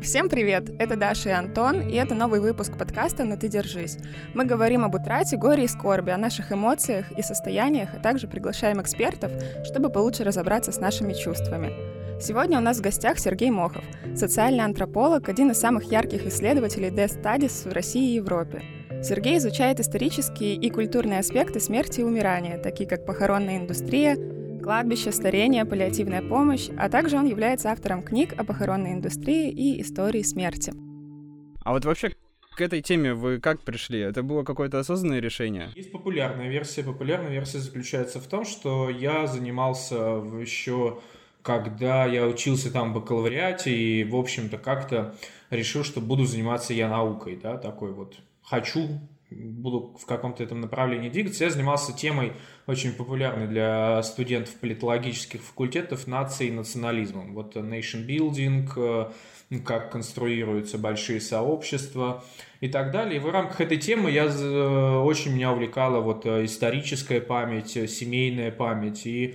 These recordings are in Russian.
Всем привет! Это Даша и Антон, и это новый выпуск подкаста «Но ты держись». Мы говорим об утрате, горе и скорби, о наших эмоциях и состояниях, а также приглашаем экспертов, чтобы получше разобраться с нашими чувствами. Сегодня у нас в гостях Сергей Мохов, социальный антрополог, один из самых ярких исследователей Death Studies в России и Европе. Сергей изучает исторические и культурные аспекты смерти и умирания, такие как похоронная индустрия, кладбище, старение, паллиативная помощь, а также он является автором книг о похоронной индустрии и истории смерти. А вот вообще к этой теме вы как пришли? Это было какое-то осознанное решение? Есть популярная версия. Популярная версия заключается в том, что я занимался еще, когда я учился там в бакалавриате, и, в общем-то, как-то решил, что буду заниматься я наукой, да, такой вот буду в каком-то этом направлении двигаться. Я занимался темой очень популярной для студентов политологических факультетов нации и национализмом. Вот nation building, как конструируются большие сообщества и так далее. И в рамках этой темы очень меня увлекала вот историческая память, семейная память. И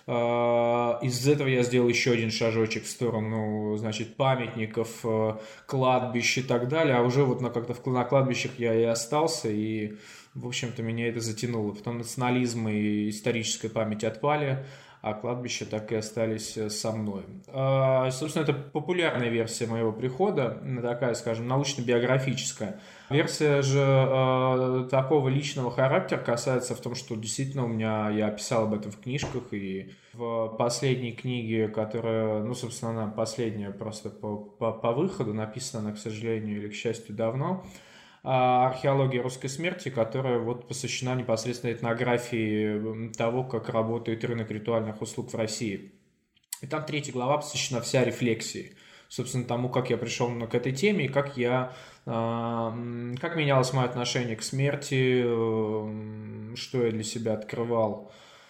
из этого я сделал еще один шажочек в сторону, значит, памятников, кладбищ и так далее, а уже вот как-то на кладбищах я и остался, и, в общем-то, меня это затянуло. Потом национализм и историческая память отпали, а кладбища так и остались со мной. Собственно, это популярная версия моего прихода, такая, скажем, научно-биографическая. Версия же такого личного характера касается в том, что действительно я писал об этом в книжках, и в последней книге, которая, собственно, она последняя просто по выходу, написана она, к сожалению или к счастью, давно, «Археология русской смерти», которая вот посвящена непосредственно этнографии того, как работает рынок ритуальных услуг в России. И там 3 глава посвящена вся рефлексии, собственно, тому, как я пришел к этой теме, и как менялось мое отношение к смерти, что я для себя открывал,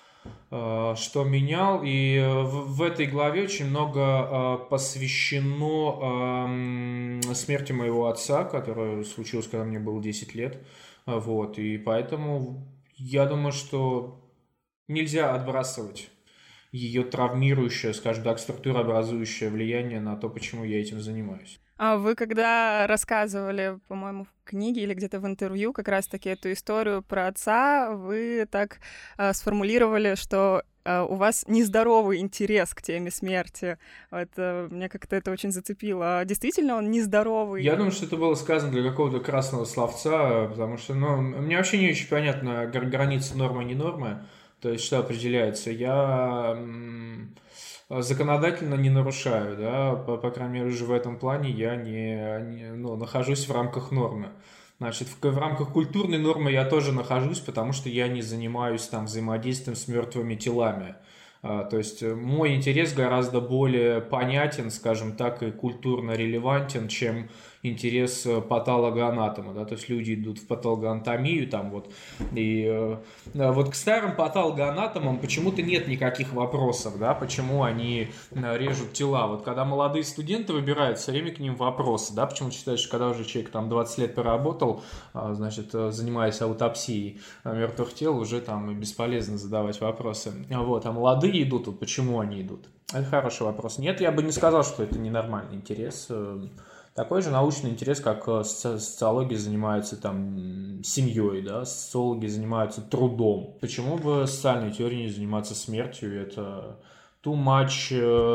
что менял. И в этой главе очень много посвящено смерти моего отца, которая случилась, когда мне было 10 лет. Вот. И поэтому я думаю, что нельзя отбрасывать ее травмирующее, скажем так, структурообразующее влияние на то, почему я этим занимаюсь. А вы когда рассказывали, по-моему, в книге или где-то в интервью как раз-таки эту историю про отца, вы так сформулировали, что у вас нездоровый интерес к теме смерти. Вот, мне как-то это очень зацепило. А действительно он нездоровый? Я думаю, что это было сказано для какого-то красного словца, потому что, мне вообще не очень понятна граница нормы-не нормы, то есть что определяется. Я законодательно не нарушаю, да, по крайней мере, уже в этом плане я нахожусь в рамках нормы. Значит, в рамках культурной нормы я тоже нахожусь, потому что я не занимаюсь там взаимодействием с мертвыми телами. То есть мой интерес гораздо более понятен, скажем так, и культурно релевантен, чем интерес патологоанатома, да, то есть люди идут в патологоанатомию там вот, и вот к старым патологоанатомам почему-то нет никаких вопросов, да, почему они режут тела. Вот когда молодые студенты выбирают, все время к ним вопросы, да, почему считают, что когда уже человек там 20 лет поработал, значит, занимаясь аутопсией мертвых тел, уже там бесполезно задавать вопросы. Вот, а молодые идут, вот почему они идут? Это хороший вопрос. Нет, я бы не сказал, что это ненормальный интерес. Такой же научный интерес, как социологи занимаются там семьей, да, социологи занимаются трудом. Почему бы социальной теорией не заниматься смертью? Это too much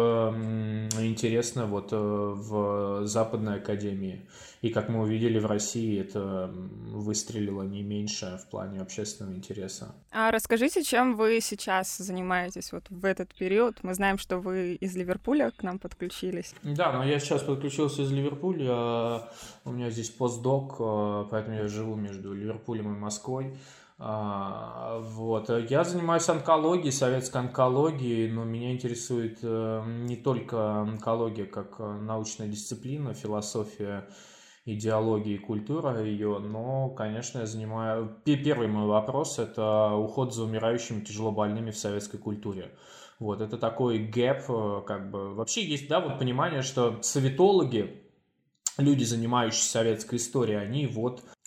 интересно вот в Западной академии. И как мы увидели в России, это выстрелило не меньше в плане общественного интереса. А расскажите, чем вы сейчас занимаетесь вот в этот период? Мы знаем, что вы из Ливерпуля к нам подключились. Да, но я сейчас подключился из Ливерпуля. У меня здесь постдок, поэтому я живу между Ливерпулем и Москвой. Вот. Я занимаюсь онкологией, советской онкологией, но меня интересует не только онкология как научная дисциплина, философия, идеология и культура ее, но, конечно, я занимаю... Первый мой вопрос – это уход за умирающими тяжелобольными в советской культуре. Вот, это такой гэп, как бы... Вообще есть, да, вот понимание, что советологи, люди, занимающиеся советской историей, они вот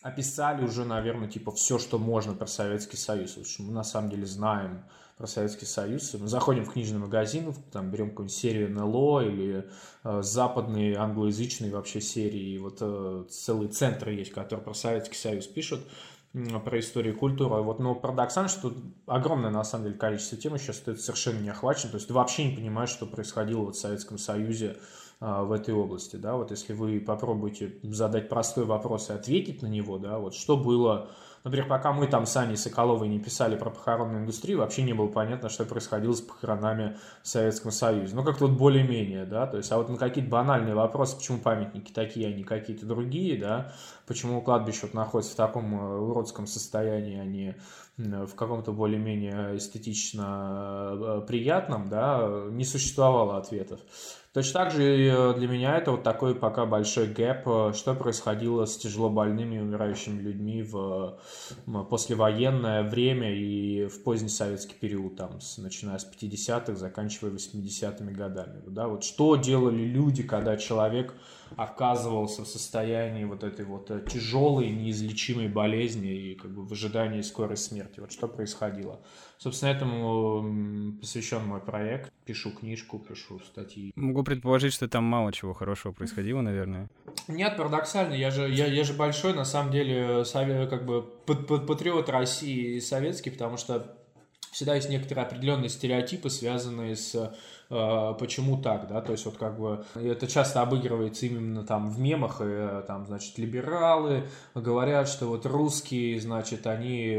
описали уже, наверное, типа все, что можно про Советский Союз. Потому что мы на самом деле знаем про Советский Союз. Мы заходим в книжный магазин, там берем какую-нибудь серию НЛО или западные англоязычные вообще серии. И вот целые центры есть, которые про Советский Союз пишут, про историю и культуру. Вот, но парадоксально, что огромное на самом деле количество тем еще стоит совершенно не охвачено. То есть ты вообще не понимаешь, что происходило вот в Советском Союзе в этой области, да, вот если вы попробуете задать простой вопрос и ответить на него, да, вот что было, например, пока мы там с Аней Соколовой не писали про похоронную индустрию, вообще не было понятно, что происходило с похоронами в Советском Союзе, ну, как-то вот более-менее, да, то есть, а вот на какие-то банальные вопросы, почему памятники такие, а не какие-то другие, да, почему кладбище вот находится в таком уродском состоянии, а не в каком-то более-менее эстетично приятном, да, не существовало ответов. Точно так же для меня это вот такой пока большой гэп, что происходило с тяжело больными и умирающими людьми в послевоенное время и в поздний советский период, там, начиная с 50-х, заканчивая 80-ми годами. Да? Вот что делали люди, когда человек оказывался в состоянии вот этой вот тяжелой, неизлечимой болезни и как бы в ожидании скорой смерти. Вот что происходило. Собственно, этому посвящен мой проект. Пишу книжку, пишу статьи. Могу предположить, что там мало чего хорошего происходило, наверное. Нет, парадоксально. Я же большой, на самом деле, как бы патриот России и советский, потому что всегда есть некоторые определенные стереотипы, связанные с почему так, да, то есть вот как бы это часто обыгрывается именно там в мемах, и там, значит, либералы говорят, что вот русские, значит, они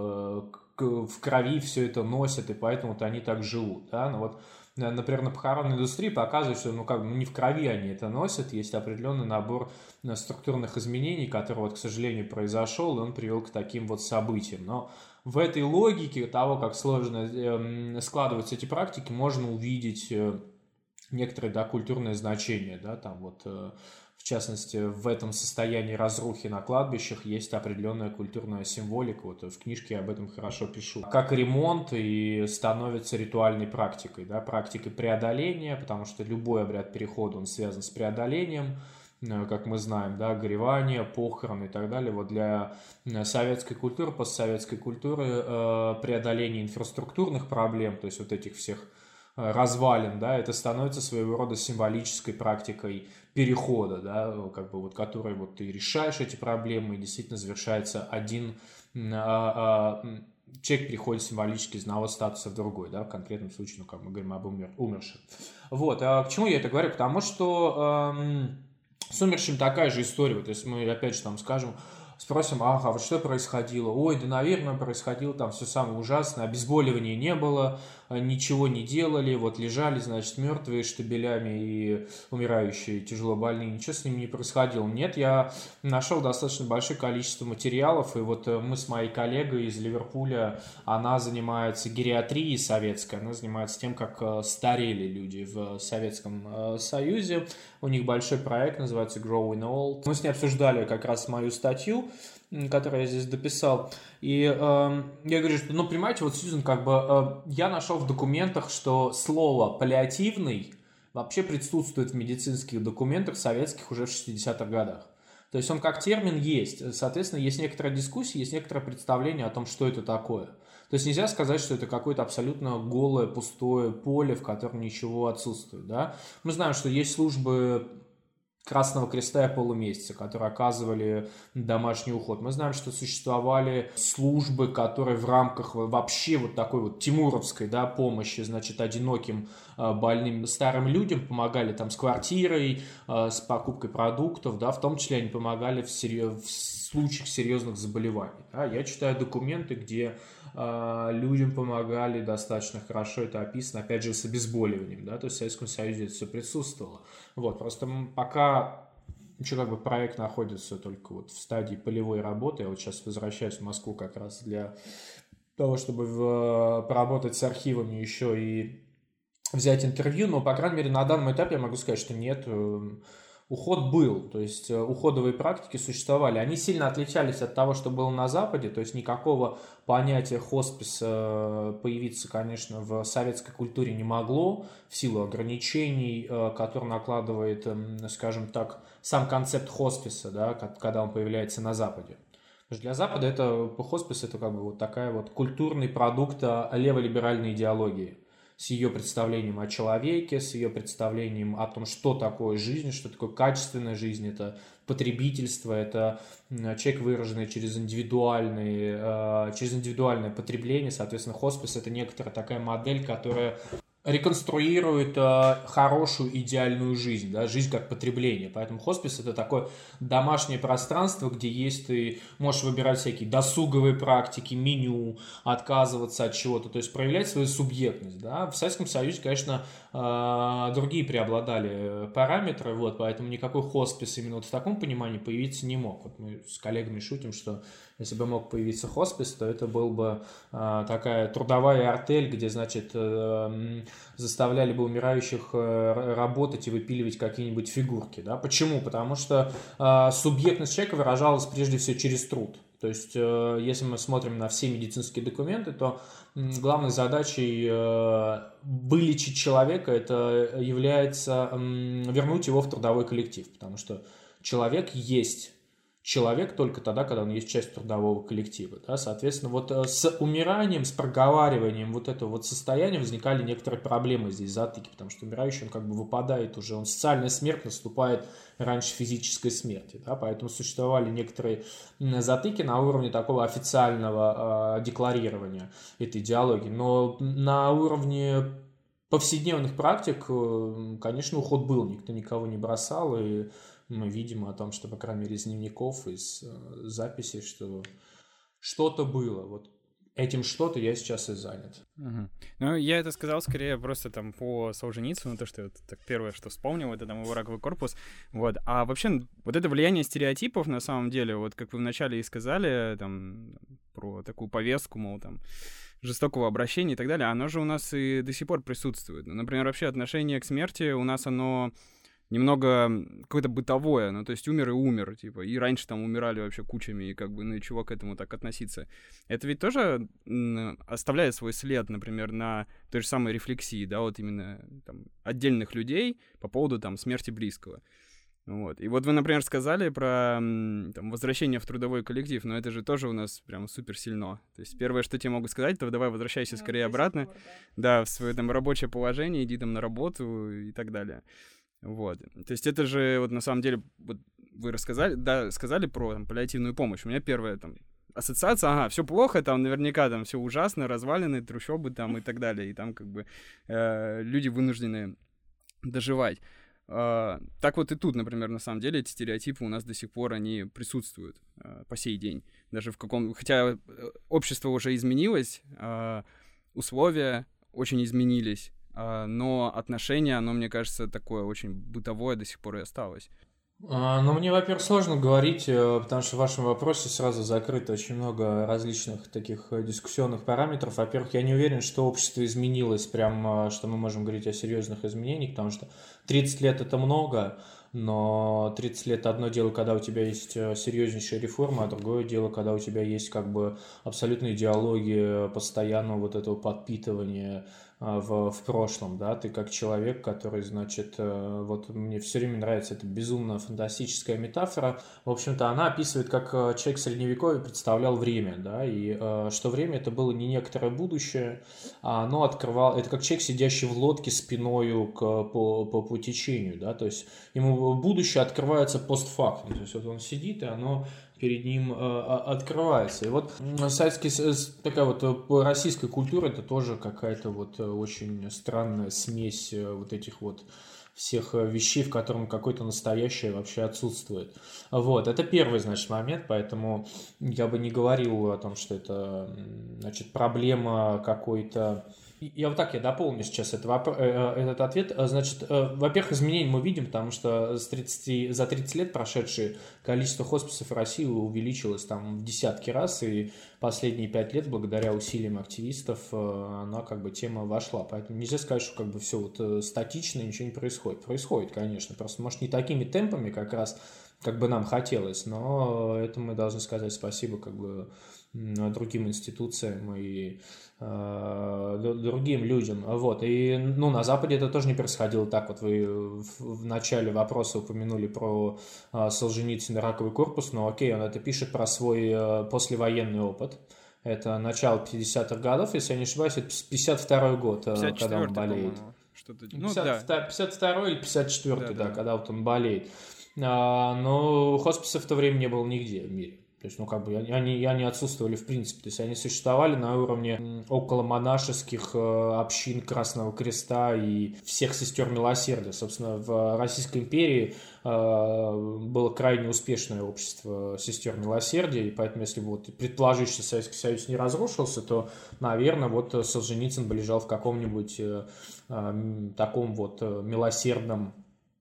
в крови все это носят, и поэтому вот они так живут, да, но вот, например, на похоронной индустрии показывают, что, ну, как бы, не в крови они это носят, есть определенный набор структурных изменений, который, вот, к сожалению, произошел, и он привел к таким вот событиям, но в этой логике того, как сложно складываются эти практики, можно увидеть некоторые, да, культурные значения, да, там вот, в частности, в этом состоянии разрухи на кладбищах есть определенная культурная символика, вот в книжке я об этом хорошо пишу. Как ремонт и становится ритуальной практикой, да, практикой преодоления, потому что любой обряд перехода, он связан с преодолением, как мы знаем, да, горевание, похороны и так далее. Вот для советской культуры, постсоветской культуры преодоление инфраструктурных проблем, то есть вот этих всех развалин, да, это становится своего рода символической практикой перехода, да, как бы вот, которой вот ты решаешь эти проблемы, и действительно завершается один человек переходит символически из одного статуса в другой, да, в конкретном случае, ну, как мы говорим об умерших. Вот, а к чему я это говорю? Потому что с умершим такая же история. Вот если мы, опять же, там скажем, спросим, ага, вот что происходило? Ой, да, наверное, происходило там все самое ужасное, обезболивания не было, ничего не делали, вот лежали, значит, мертвые штабелями и умирающие, тяжело больные, ничего с ними не происходило. Нет, я нашел достаточно большое количество материалов, и вот мы с моей коллегой из Ливерпуля, она занимается гериатрией советской, она занимается тем, как старели люди в Советском Союзе. У них большой проект, называется Growing Old. Мы с ней обсуждали как раз мою статью, которую я здесь дописал. И я говорю, что, ну, понимаете, вот, Сьюзен, как бы я нашел в документах, что слово «паллиативный» вообще присутствует в медицинских документах советских уже в 60-х годах. То есть он как термин есть. Соответственно, есть некоторая дискуссия, есть некоторое представление о том, что это такое. То есть нельзя сказать, что это какое-то абсолютно голое, пустое поле, в котором ничего отсутствует. Да? Мы знаем, что есть службы Красного Креста и Полумесяца, которые оказывали домашний уход. Мы знаем, что существовали службы, которые в рамках вообще вот такой вот тимуровской, да, помощи, значит, одиноким больным старым людям помогали там с квартирой, с покупкой продуктов, да, в том числе они помогали в случаях серьезных заболеваний. Да. Я читаю документы, где людям помогали достаточно хорошо, это описано, опять же, с обезболиванием, да, то есть в Советском Союзе это все присутствовало. Вот, просто пока еще как бы проект находится только вот в стадии полевой работы, я вот сейчас возвращаюсь в Москву как раз для того, чтобы поработать с архивами еще и взять интервью, но, по крайней мере, на данном этапе я могу сказать, что нет, уход был, то есть уходовые практики существовали. Они сильно отличались от того, что было на Западе, то есть никакого понятия хосписа появиться, конечно, в советской культуре не могло в силу ограничений, которые накладывает, скажем так, сам концепт хосписа, да, когда он появляется на Западе. Для Запада это хоспис это как бы вот такая вот культурный продукт леволиберальной идеологии с ее представлением о человеке, с ее представлением о том, что такое жизнь, что такое качественная жизнь, это потребительство, это человек, выраженный через индивидуальное потребление, соответственно, хоспис это некоторая такая модель, которая реконструирует хорошую идеальную жизнь, да, жизнь как потребление. Поэтому хоспис это такое домашнее пространство, где есть ты можешь выбирать всякие досуговые практики, меню, отказываться от чего-то, то есть проявлять свою субъектность. Да. В Советском Союзе, конечно, другие преобладали параметры, вот, поэтому никакой хоспис именно вот в таком понимании появиться не мог. Вот мы с коллегами шутим, что если бы мог появиться хоспис, то это был бы такая трудовая артель, где, значит, заставляли бы умирающих работать и выпиливать какие-нибудь фигурки. Да? Почему? Потому что субъектность человека выражалась прежде всего через труд. То есть, если мы смотрим на все медицинские документы, то главной задачей вылечить человека это является вернуть его в трудовой коллектив, потому что человек есть человек только тогда, когда он есть часть трудового коллектива. Да? Соответственно, вот с умиранием, с проговариванием вот этого вот состояния возникали некоторые проблемы здесь, затыки, потому что умирающий, он как бы выпадает уже, он социальная смерть наступает раньше физической смерти. Да? Поэтому существовали некоторые затыки на уровне такого официального декларирования этой идеологии. Но на уровне повседневных практик, конечно, уход был, никто никого не бросал, и мы видим о том, что, по крайней мере, из дневников, из записей, что что-то было. Вот этим что-то я сейчас и занят. Угу. Ну, я это сказал скорее просто там по Солженицыну, то, что это так, первое, что вспомнил, это там его раковый корпус. Вот. А вообще, вот это влияние стереотипов, на самом деле, вот как вы вначале и сказали, там, про такую повестку, мол, там, жестокого обращения и так далее, оно же у нас и до сих пор присутствует. Например, вообще отношение к смерти у нас оно немного какое-то бытовое, ну, то есть умер и умер, типа, и раньше там умирали вообще кучами, и как бы, ну, и чего к этому так относиться? Это ведь тоже оставляет свой след, например, на той же самой рефлексии, да, вот именно там отдельных людей по поводу там смерти близкого. Вот. И вот вы, например, сказали про там, возвращение в трудовой коллектив, но это же тоже у нас прям супер сильно. То есть первое, что тебе могут сказать, то давай возвращайся скорее обратно, да, в свое там рабочее положение, иди там на работу и так далее. Вот. То есть это же вот на самом деле, вот вы рассказали, да, сказали про там, паллиативную помощь. У меня первая там ассоциация, ага, все плохо, там наверняка там все ужасно, развалины, трущобы там и так далее, и там как бы люди вынуждены доживать. Так вот и тут, например, на самом деле эти стереотипы у нас до сих пор, они присутствуют по сей день. Даже в каком... Хотя общество уже изменилось, условия очень изменились, но отношение, оно, мне кажется, такое очень бытовое до сих пор и осталось. Ну, мне, во-первых, сложно говорить, потому что в вашем вопросе сразу закрыто очень много различных таких дискуссионных параметров. Во-первых, я не уверен, что общество изменилось, прям, что мы можем говорить о серьезных изменениях, потому что 30 лет – это много, но 30 лет – одно дело, когда у тебя есть серьезнейшая реформа, а другое дело, когда у тебя есть как бы абсолютная идеология постоянного вот этого подпитывания в прошлом, да, ты как человек, который, значит, вот мне все время нравится эта безумно фантастическая метафора, в общем-то, она описывает, как человек средневековья представлял время, да, и что время это было не некоторое будущее, а оно открывало, это как человек, сидящий в лодке спиною по течению, да, то есть ему будущее открывается постфактум, то есть вот он сидит, и оно перед ним открывается. И вот такая вот российская культура, это тоже какая-то вот очень странная смесь вот этих вот всех вещей, в котором какое-то настоящее вообще отсутствует. Вот, это первый, значит, момент, поэтому я бы не говорил о том, что это, значит, проблема какой-то... Я дополню сейчас этот ответ. Значит, во-первых, изменения мы видим, потому что за 30 лет прошедшие количество хосписов в России увеличилось там в десятки раз, и последние 5 лет, благодаря усилиям активистов, она как бы тема вошла. Поэтому нельзя сказать, что как бы все вот статично, ничего не происходит. Происходит, конечно, просто может не такими темпами как раз, как бы нам хотелось, но это мы должны сказать спасибо как бы другим институциям и другим людям. Вот. И на Западе это тоже не происходило так. Вот вы в начале вопроса упомянули про Солженицына «Раковый корпус», но окей, он это пишет про свой послевоенный опыт. Это начало 50-х годов, если я не ошибаюсь, это 52-й год, когда он болеет. Что-то... 52-й или 54-й, да, когда вот он болеет. Но хосписов в то время не было нигде в мире. То есть, они отсутствовали в принципе. То есть, они существовали на уровне околомонашеских общин Красного Креста и всех сестер милосердия. Собственно, в Российской империи было крайне успешное общество сестер милосердия, и поэтому, если предположить, что Советский Союз не разрушился, то, наверное, Солженицын бы лежал в каком-нибудь таком милосердном,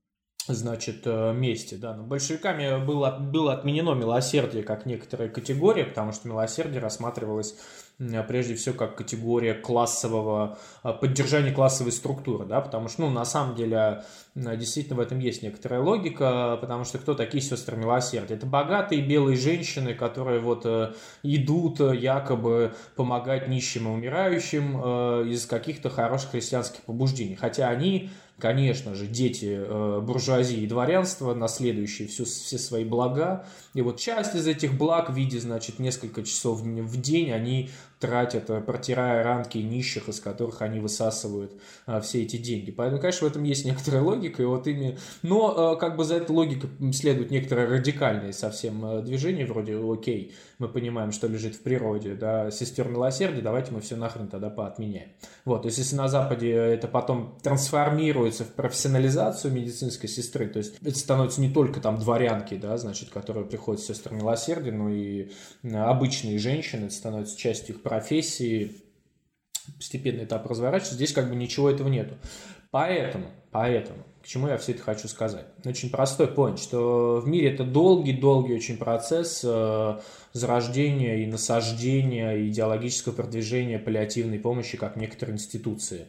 месте, да. Но большевиками было отменено милосердие как некоторая категория, потому что милосердие рассматривалось прежде всего как категория поддержания классовой структуры, да, потому что, на самом деле, действительно в этом есть некоторая логика, потому что кто такие сестры милосердия? Это богатые белые женщины, которые идут якобы помогать нищим и умирающим из каких-то хороших христианских побуждений, хотя они, конечно же, дети буржуазии и дворянства, наследующие все свои блага. И часть из этих благ в виде, несколько часов в день они тратят, протирая ранки нищих, из которых они высасывают все эти деньги. Поэтому, конечно, в этом есть некоторая логика. Но за этой логикой следует некоторое радикальное совсем движение, вроде окей, мы понимаем, что лежит в природе, да, сестер милосердия, давайте мы все нахрен тогда поотменяем. То есть, если на Западе это потом трансформируется в профессионализацию медицинской сестры, то есть это становится не только дворянки, да, которые приходят в сестры милосердия, но и обычные женщины, это становится частью их профессии, постепенно этап разворачивается, здесь ничего этого нету. Поэтому, к чему я все это хочу сказать? Очень простой point, что в мире это долгий очень процесс зарождения и насаждения идеологического продвижения паллиативной помощи как некоторой институции.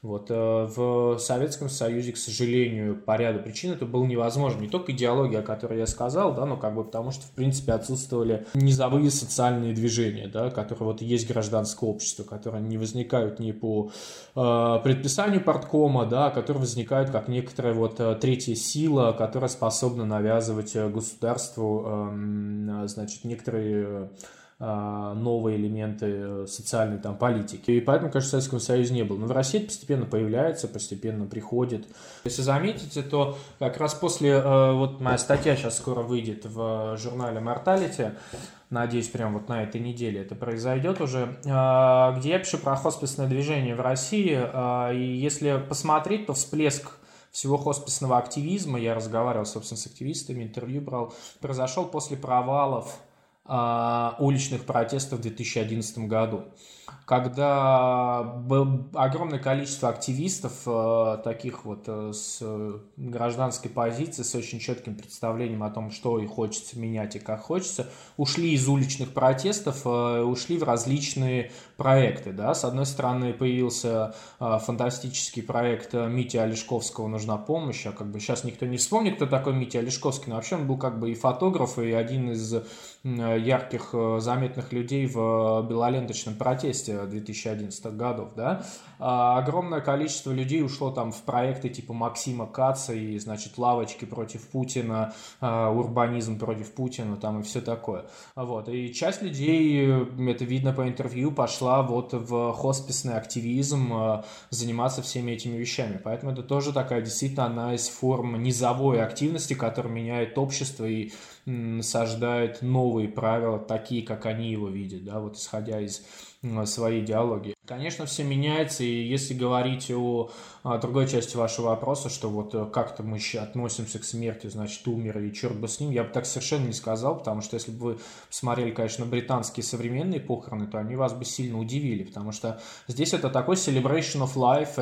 В Советском Союзе, к сожалению, по ряду причин это было невозможно. Не только идеология, о которой я сказал, да, но потому что, в принципе, отсутствовали низовые социальные движения, да, которые есть гражданское общество, которые не возникают не по предписанию парткома, да, а которые возникают как некоторая третья сила, которая способна навязывать государству, некоторые новые элементы социальной политики. И поэтому, конечно, в Советском Союзе не было. Но в России это постепенно появляется, постепенно приходит. Если заметите, то как раз после... моя статья сейчас скоро выйдет в журнале Mortality. Надеюсь, прямо на этой неделе это произойдет уже, где я пишу про хосписное движение в России. И если посмотреть, то всплеск всего хосписного активизма, я разговаривал, собственно, с активистами, интервью брал, произошел после провалов уличных протестов в 2011 году, когда было огромное количество активистов, таких с гражданской позиции, с очень четким представлением о том, что и хочется менять и как хочется, ушли из уличных протестов, ушли в различные проекты. Да? С одной стороны, появился фантастический проект Мити Олешковского «Нужна помощь», а сейчас никто не вспомнит, кто такой Митя Олешковский, но вообще он был и фотограф, и один из ярких, заметных людей в белоленточном протесте 2011 годов, да. Огромное количество людей ушло в проекты типа Максима Каца и, лавочки против Путина, урбанизм против Путина, и все такое. И часть людей, это видно по интервью, пошла в хосписный активизм, заниматься всеми этими вещами. Поэтому это тоже такая действительно одна из форм низовой активности, которая меняет общество и насаждает новые правила, такие, как они его видят, да, исходя из своей идеологии. Конечно, все меняется, и если говорить о другой части вашего вопроса, что как-то мы относимся к смерти, умер, и черт бы с ним, я бы так совершенно не сказал, потому что если бы вы посмотрели, конечно, британские современные похороны, то они вас бы сильно удивили, потому что здесь это такой celebration of life,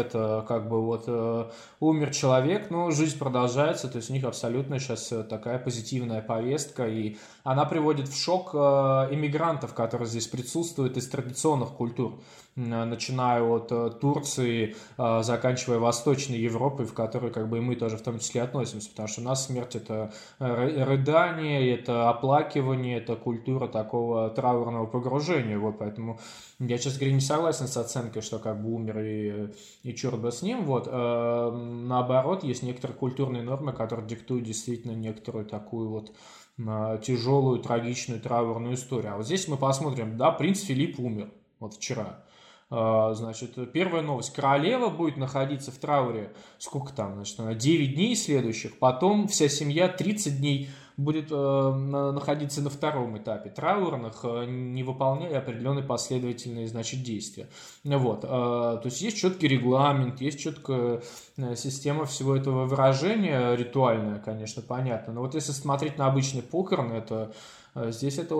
это умер человек, но жизнь продолжается, то есть у них абсолютно сейчас такая позитивная повестка, и она приводит в шок иммигрантов, которые здесь присутствуют из традиционных культур. начиная от Турции, заканчивая Восточной Европой, в которой как бы и мы тоже в том числе относимся, потому что у нас смерть — это рыдание, это оплакивание, это культура такого траурного погружения, вот, поэтому я, честно говоря, не согласен с оценкой, что как бы умер и черт бы с ним, вот, наоборот, есть некоторые культурные нормы, которые диктуют действительно некоторую такую вот тяжелую, трагичную, траурную историю. А вот здесь мы посмотрим, да, принц Филипп умер, вот вчера. Значит, первая новость. Королева будет находиться в трауре, сколько там, значит, 9 дней следующих, потом вся семья 30 дней будет находиться на втором этапе траурных, не выполняя определенные последовательные, значит, действия. Вот. То есть есть четкий регламент, есть четкая система всего этого выражения, ритуальная, конечно, понятно. Но вот если смотреть на обычный похорон, здесь это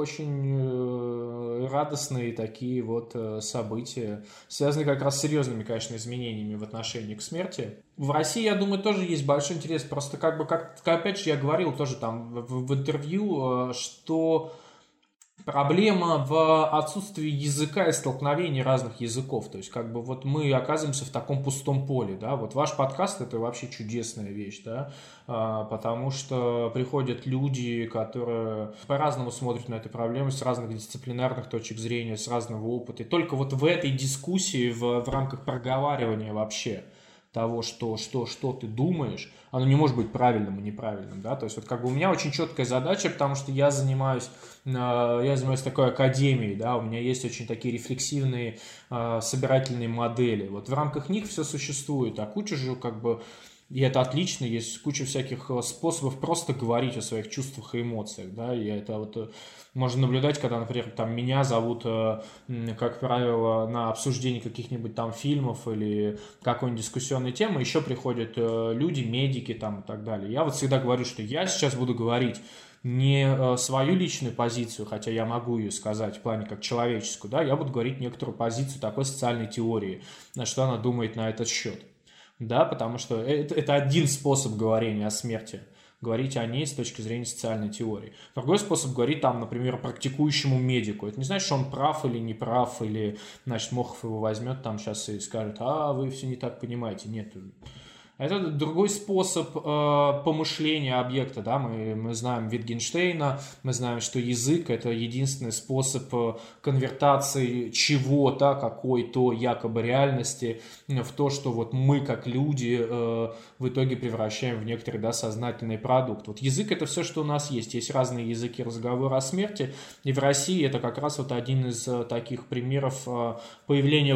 очень радостные такие вот события, связанные как раз с серьезными, конечно, изменениями в отношении к смерти. В России, я думаю, тоже есть большой интерес. Просто как опять же, я говорил тоже там в интервью, что проблема в отсутствии языка и столкновении разных языков. То есть, как бы вот мы оказываемся в таком пустом поле, да. Вот ваш подкаст — это вообще чудесная вещь, да, потому что приходят люди, которые по-разному смотрят на эту проблему, с разных дисциплинарных точек зрения, с разного опыта. И только вот в этой дискуссии, в рамках проговаривания вообще того, что ты думаешь, оно не может быть правильным и неправильным, да, то есть вот как бы у меня очень четкая задача, потому что я занимаюсь такой академией, да, у меня есть очень такие рефлексивные собирательные модели, вот в рамках них все существует, а куча же как бы, и это отлично, есть куча всяких способов просто говорить о своих чувствах и эмоциях, да, и это вот можно наблюдать, когда, например, там меня зовут, как правило, на обсуждение каких-нибудь там фильмов или какой-нибудь дискуссионной темы, еще приходят люди, медики там и так далее. Я вот всегда говорю, что я сейчас буду говорить не свою личную позицию, хотя я могу ее сказать в плане как человеческую, да, я буду говорить некоторую позицию такой социальной теории, что она думает на этот счет. Да, потому что это один способ говорения о смерти, говорить о ней с точки зрения социальной теории. Другой способ говорить, там, например, практикующему медику. Это не значит, что он прав или не прав, или, значит, Мохов его возьмет там сейчас и скажет: вы все не так понимаете. Нет. Это другой способ помышления объекта, да, мы знаем Wittgensteina, мы знаем, что язык — это единственный способ конвертации чего-то, какой-то якобы реальности в то, что вот мы, как люди, в итоге превращаем в некоторый, да, сознательный продукт. Вот язык — это все, что у нас есть. Есть разные языки разговора о смерти, и в России это как раз вот один из таких примеров появления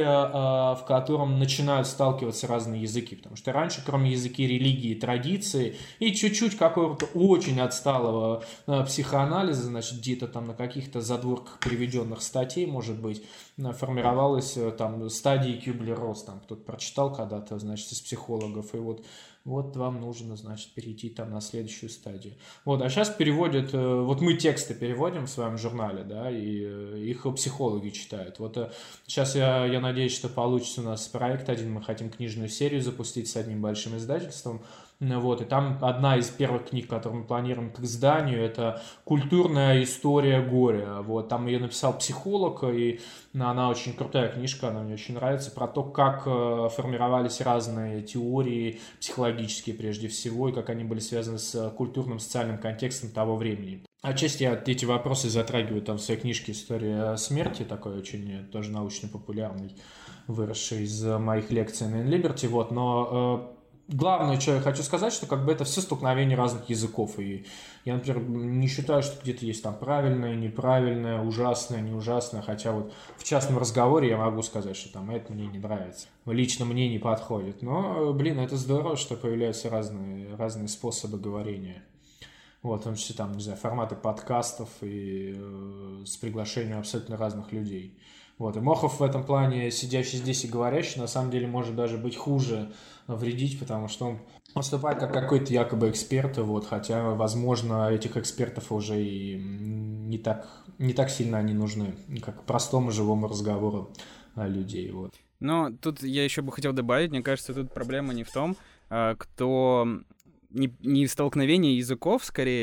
поля, в котором начинают сталкиваться разные языки, потому что раньше, кроме языки религии, традиции и чуть-чуть какого-то очень отсталого психоанализа, значит, где-то там на каких-то задворках приведенных статей, может быть, формировалась там стадии Кюблер-Росс, там кто-то прочитал когда-то, значит, из психологов, и вот вам нужно, значит, перейти там на следующую стадию. Вот, а сейчас переводят, вот мы тексты переводим в своем журнале, да, и их психологи читают. Вот сейчас я надеюсь, что получится у нас проект один, мы хотим книжную серию запустить с одним большим издательством. Вот, и там одна из первых книг, которую мы планируем к изданию, это «Культурная история горя». Вот, там ее написал психолог, и она очень крутая книжка, она мне очень нравится, про то, как формировались разные теории психологические прежде всего, и как они были связаны с культурным, социальным контекстом того времени. Отчасти я эти вопросы затрагиваю там в своей книжке «История смерти», такой очень тоже научно-популярный, выросший из моих лекций на InLiberty, вот, но главное, что я хочу сказать, что как бы это все столкновение разных языков, и я, например, не считаю, что где-то есть там правильное, неправильное, ужасное, неужасное, хотя вот в частном разговоре я могу сказать, что там это мне не нравится, лично мне не подходит, но, это здорово, что появляются разные способы говорения. Вот, в том числе там, не знаю, форматы подкастов и с приглашением абсолютно разных людей. Вот, и Мохов в этом плане, сидящий здесь и говорящий, на самом деле может даже быть хуже, вредить, потому что он выступает как какой-то якобы эксперт, вот, хотя, возможно, этих экспертов уже и не так сильно они нужны, как простому живому разговору людей. Вот. Но тут я еще бы хотел добавить, мне кажется, тут проблема не в том, кто... Не столкновение языков, скорее,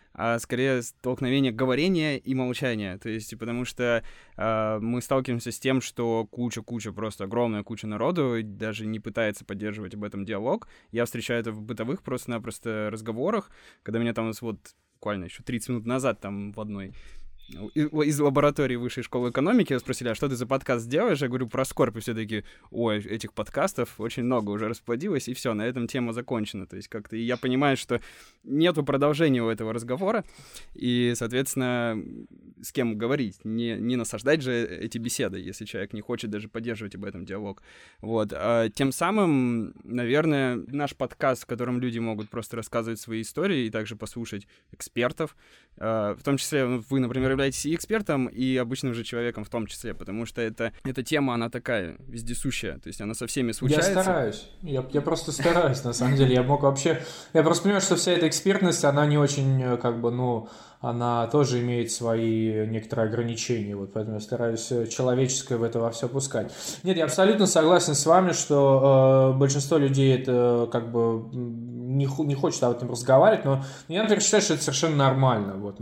а скорее столкновение говорения и молчания. То есть, потому что мы сталкиваемся с тем, что куча, просто огромная куча народу даже не пытается поддерживать об этом диалог. Я встречаю это в бытовых просто-напросто разговорах, когда меня там вот буквально еще 30 минут назад там в одной из лаборатории Высшей школы экономики спросили, а что ты за подкаст делаешь? Я говорю про Скорбь, и все таки ой, этих подкастов очень много уже расплодилось, и все, на этом тема закончена. То есть как-то и я понимаю, что нету продолжения у этого разговора, и, соответственно, с кем говорить? Не насаждать же эти беседы, если человек не хочет даже поддерживать об этом диалог. Вот. А тем самым, наверное, наш подкаст, в котором люди могут просто рассказывать свои истории и также послушать экспертов, в том числе вы, например, являетесь и экспертом, и обычным же человеком в том числе, потому что эта тема, она такая вездесущая, то есть она со всеми случается. Я стараюсь, я просто стараюсь, на самом деле, я просто понимаю, что вся эта экспертность, она не очень, она тоже имеет свои некоторые ограничения, вот поэтому я стараюсь человеческое в это во все пускать. Нет, я абсолютно согласен с вами, что большинство людей это не хочет об этом разговаривать, но я, например, считаю, что это совершенно нормально, вот,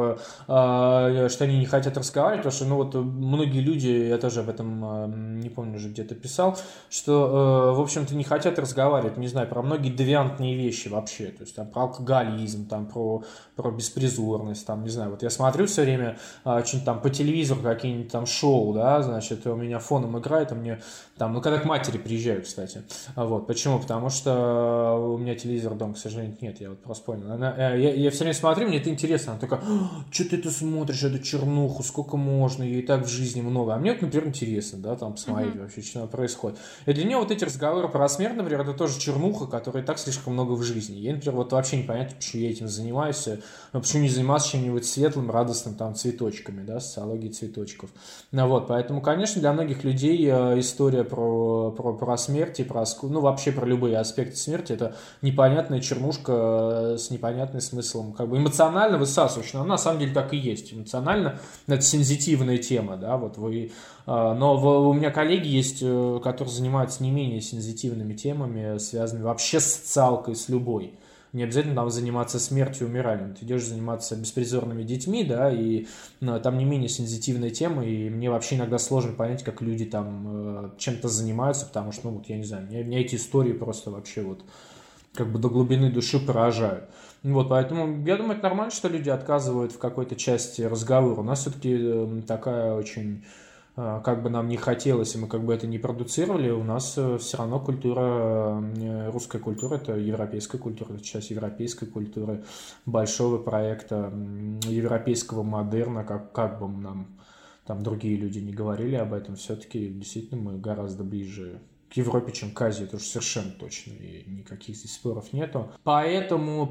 что они не хотят разговаривать, потому что, многие люди, я тоже об этом, не помню, уже где-то писал, что, в общем-то, не хотят разговаривать, не знаю, про многие девиантные вещи вообще, то есть, там, про алкоголизм, там, про беспризорность, там, не знаю, вот я смотрю все время что-нибудь там по телевизору, какие-нибудь там шоу, да, значит, у меня фоном играет, а мне там, когда к матери приезжаю, кстати, вот, почему? Потому что у меня телевизор дома, к сожалению, нет, я вот просто понял, я все время смотрю, мне это интересно, она такая, что ты это смотришь, эту чернуху, сколько можно, ее и так в жизни много, а мне вот, например, интересно, да, там, посмотреть вообще, что происходит, и для нее вот эти разговоры про смерть, например, это тоже чернуха, которая и так слишком много в жизни, я, например, вот вообще непонятно, почему я этим занимаюсь, почему не заниматься чем-нибудь светлым, радостным, там, цветочками, да, социологией цветочков. Вот, поэтому, конечно, для многих людей история про смерть и вообще про любые аспекты смерти, это непонятная чернушка с непонятным смыслом, эмоционально высасывающая, но на самом деле так и есть. Эмоционально это сензитивная тема, да, вот вы... Но у меня коллеги есть, которые занимаются не менее сензитивными темами, связанными вообще с социалкой, с любой. Не обязательно там заниматься смертью и умиранием. Ты идешь заниматься беспризорными детьми, да, и там не менее сензитивная тема, и мне вообще иногда сложно понять, как люди там чем-то занимаются, потому что, я не знаю, меня эти истории просто вообще до глубины души поражают. Вот, поэтому я думаю, это нормально, что люди отказывают в какой-то части разговора. У нас все-таки такая очень... Как бы нам не хотелось, и мы как бы это не продуцировали, у нас все равно культура, русская культура, это европейская культура, это часть европейской культуры, большого проекта, европейского модерна, как бы нам там другие люди не говорили об этом, все-таки действительно мы гораздо ближе к Европе, чем к Азии, это уж совершенно точно, и никаких здесь споров нету. Поэтому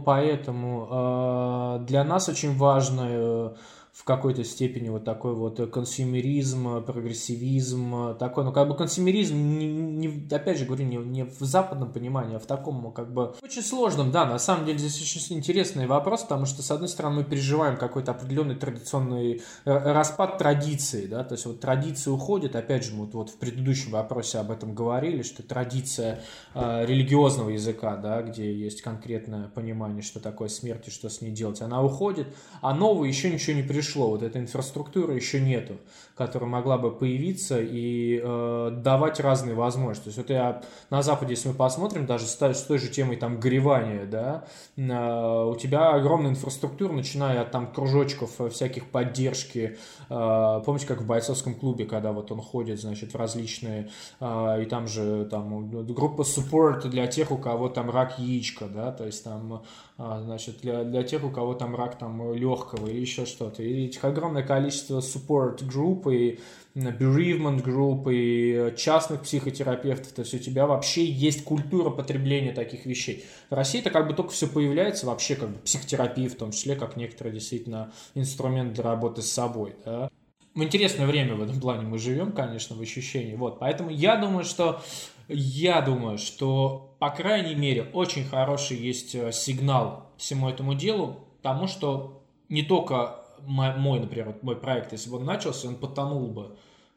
для нас очень важно в какой-то степени вот такой вот консюмеризм, прогрессивизм, такой, консюмеризм, опять же говорю, не в западном понимании, а в таком, очень сложном, да, на самом деле здесь очень интересный вопрос, потому что, с одной стороны, мы переживаем какой-то определенный традиционный распад традиции, да, то есть вот традиции уходят, опять же, мы вот в предыдущем вопросе об этом говорили, что традиция религиозного языка, да, где есть конкретное понимание, что такое смерть и что с ней делать, она уходит, а новое еще ничего не пришло. Вот этой инфраструктуры еще нету, которая могла бы появиться и давать разные возможности. То есть на Западе, если мы посмотрим, даже с той же темой там горевания, да, у тебя огромная инфраструктура, начиная от там кружочков всяких поддержки. Помните, как в бойцовском клубе, когда вот он ходит, значит, в различные, и там же там группа support для тех, у кого там рак яичка, да, то есть там, значит, для тех, у кого там рак там легкого или еще что-то. И этих огромное количество support групп и bereavement групп и частных психотерапевтов. То есть у тебя вообще есть культура потребления таких вещей. В России это только все появляется, вообще психотерапия, в том числе, как некоторый действительно инструмент для работы с собой. Да? В интересное время в этом плане мы живем, конечно, в ощущении. Вот. Поэтому я думаю, что, по крайней мере, очень хороший есть сигнал всему этому делу, потому что не только мой, например, мой проект, если бы он начался, он потонул бы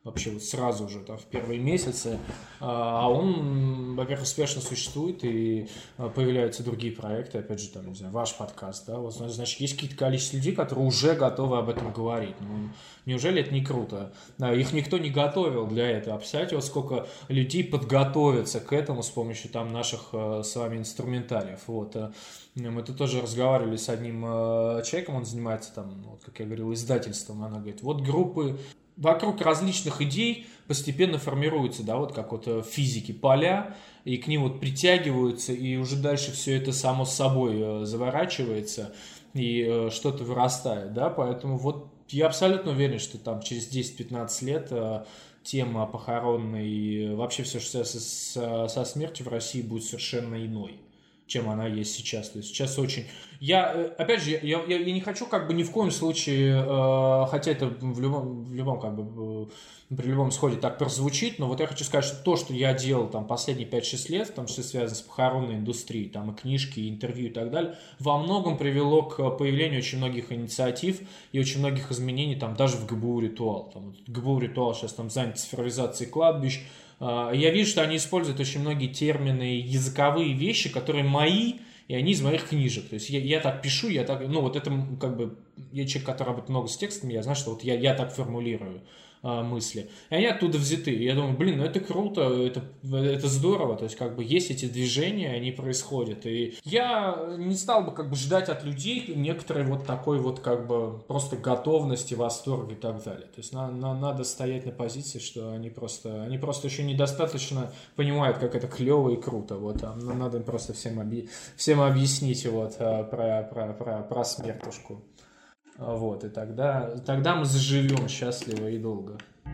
вообще вот сразу же, там, в первые месяцы, а он, во-первых, успешно существует, и появляются другие проекты, опять же, там, не знаю, ваш подкаст, да, вот, значит, есть какие-то количество людей, которые уже готовы об этом говорить. Ну, неужели это не круто? Их никто не готовил для этого. Представляете, вот сколько людей подготовятся к этому с помощью там наших с вами инструментариев. Вот. Мы тут тоже разговаривали с одним человеком, он занимается там, вот, как я говорил, издательством. Она говорит, вот группы вокруг различных идей постепенно формируются, да, вот как вот в физике поля, и к ним вот притягиваются, и уже дальше все это само собой заворачивается, и что-то вырастает, да, поэтому вот я абсолютно уверен, что там через 10-15 лет тема похоронной и вообще все, что связано со смертью в России, будет совершенно иной, чем она есть сейчас. То есть сейчас очень... опять же, я не хочу как бы ни в коем случае, хотя это в любом как бы при любом исходе так прозвучит, но вот я хочу сказать, что то, что я делал там последние 5-6 лет, там что связано с похоронной индустрией, там и книжки, и интервью и так далее, во многом привело к появлению очень многих инициатив и очень многих изменений там даже в ГБУ «Ритуал». Там, вот, ГБУ «Ритуал» сейчас там занят цифровизацией кладбищ. Я вижу, что они используют очень многие термины, языковые вещи, которые мои, и они из моих книжек. То есть я так пишу, я так, ну вот это как бы, я человек, который работает много с текстами, я знаю, что вот я так формулирую мысли. И они оттуда взяты. И я думаю, блин, ну это круто, это здорово. То есть как бы есть эти движения, они происходят. И я не стал бы как бы ждать от людей некоторой вот такой вот как бы просто готовности, восторга и так далее. То есть надо стоять на позиции, что они просто еще недостаточно понимают, как это клево и круто. Вот, надо им просто всем объяснить вот про смертушку. Вот, и тогда мы заживем счастливо и долго.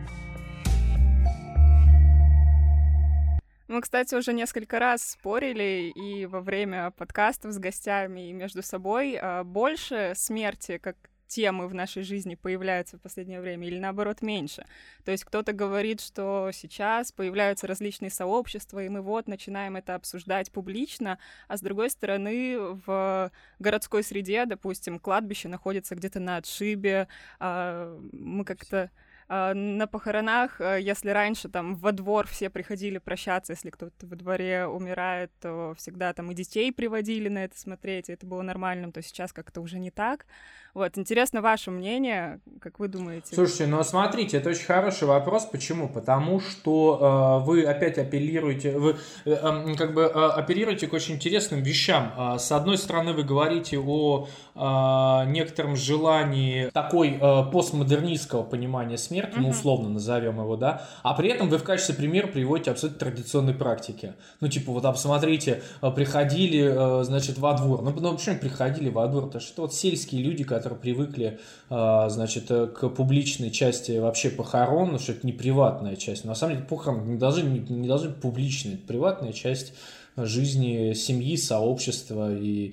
Мы, кстати, уже несколько раз спорили и во время подкастов с гостями, и между собой. Больше смерти как темы в нашей жизни появляются в последнее время или, наоборот, меньше. То есть кто-то говорит, что сейчас появляются различные сообщества, и мы вот начинаем это обсуждать публично, а с другой стороны, в городской среде, допустим, кладбище находится где-то на отшибе, мы как-то на похоронах, если раньше там во двор все приходили прощаться, если кто-то во дворе умирает, то всегда там и детей приводили на это смотреть, и это было нормальным, то сейчас как-то уже не так. Вот, интересно ваше мнение, как вы думаете? Слушайте, ну смотрите, это очень хороший вопрос. Почему? Потому что вы опять апеллируете, апеллируете к очень интересным вещам. С одной стороны, вы говорите о некотором желании такой постмодернистского понимания смерти, ну условно назовем его, да, а при этом вы в качестве примера приводите абсолютно традиционные практики. Ну типа вот посмотрите, приходили, значит, во двор. Ну почему приходили во двор? Потому что вот сельские люди, которые привыкли, значит, к публичной части вообще похорон, ну, что это не приватная часть. Но на самом деле похороны не должны быть публичной. Это приватная часть жизни семьи, сообщества. И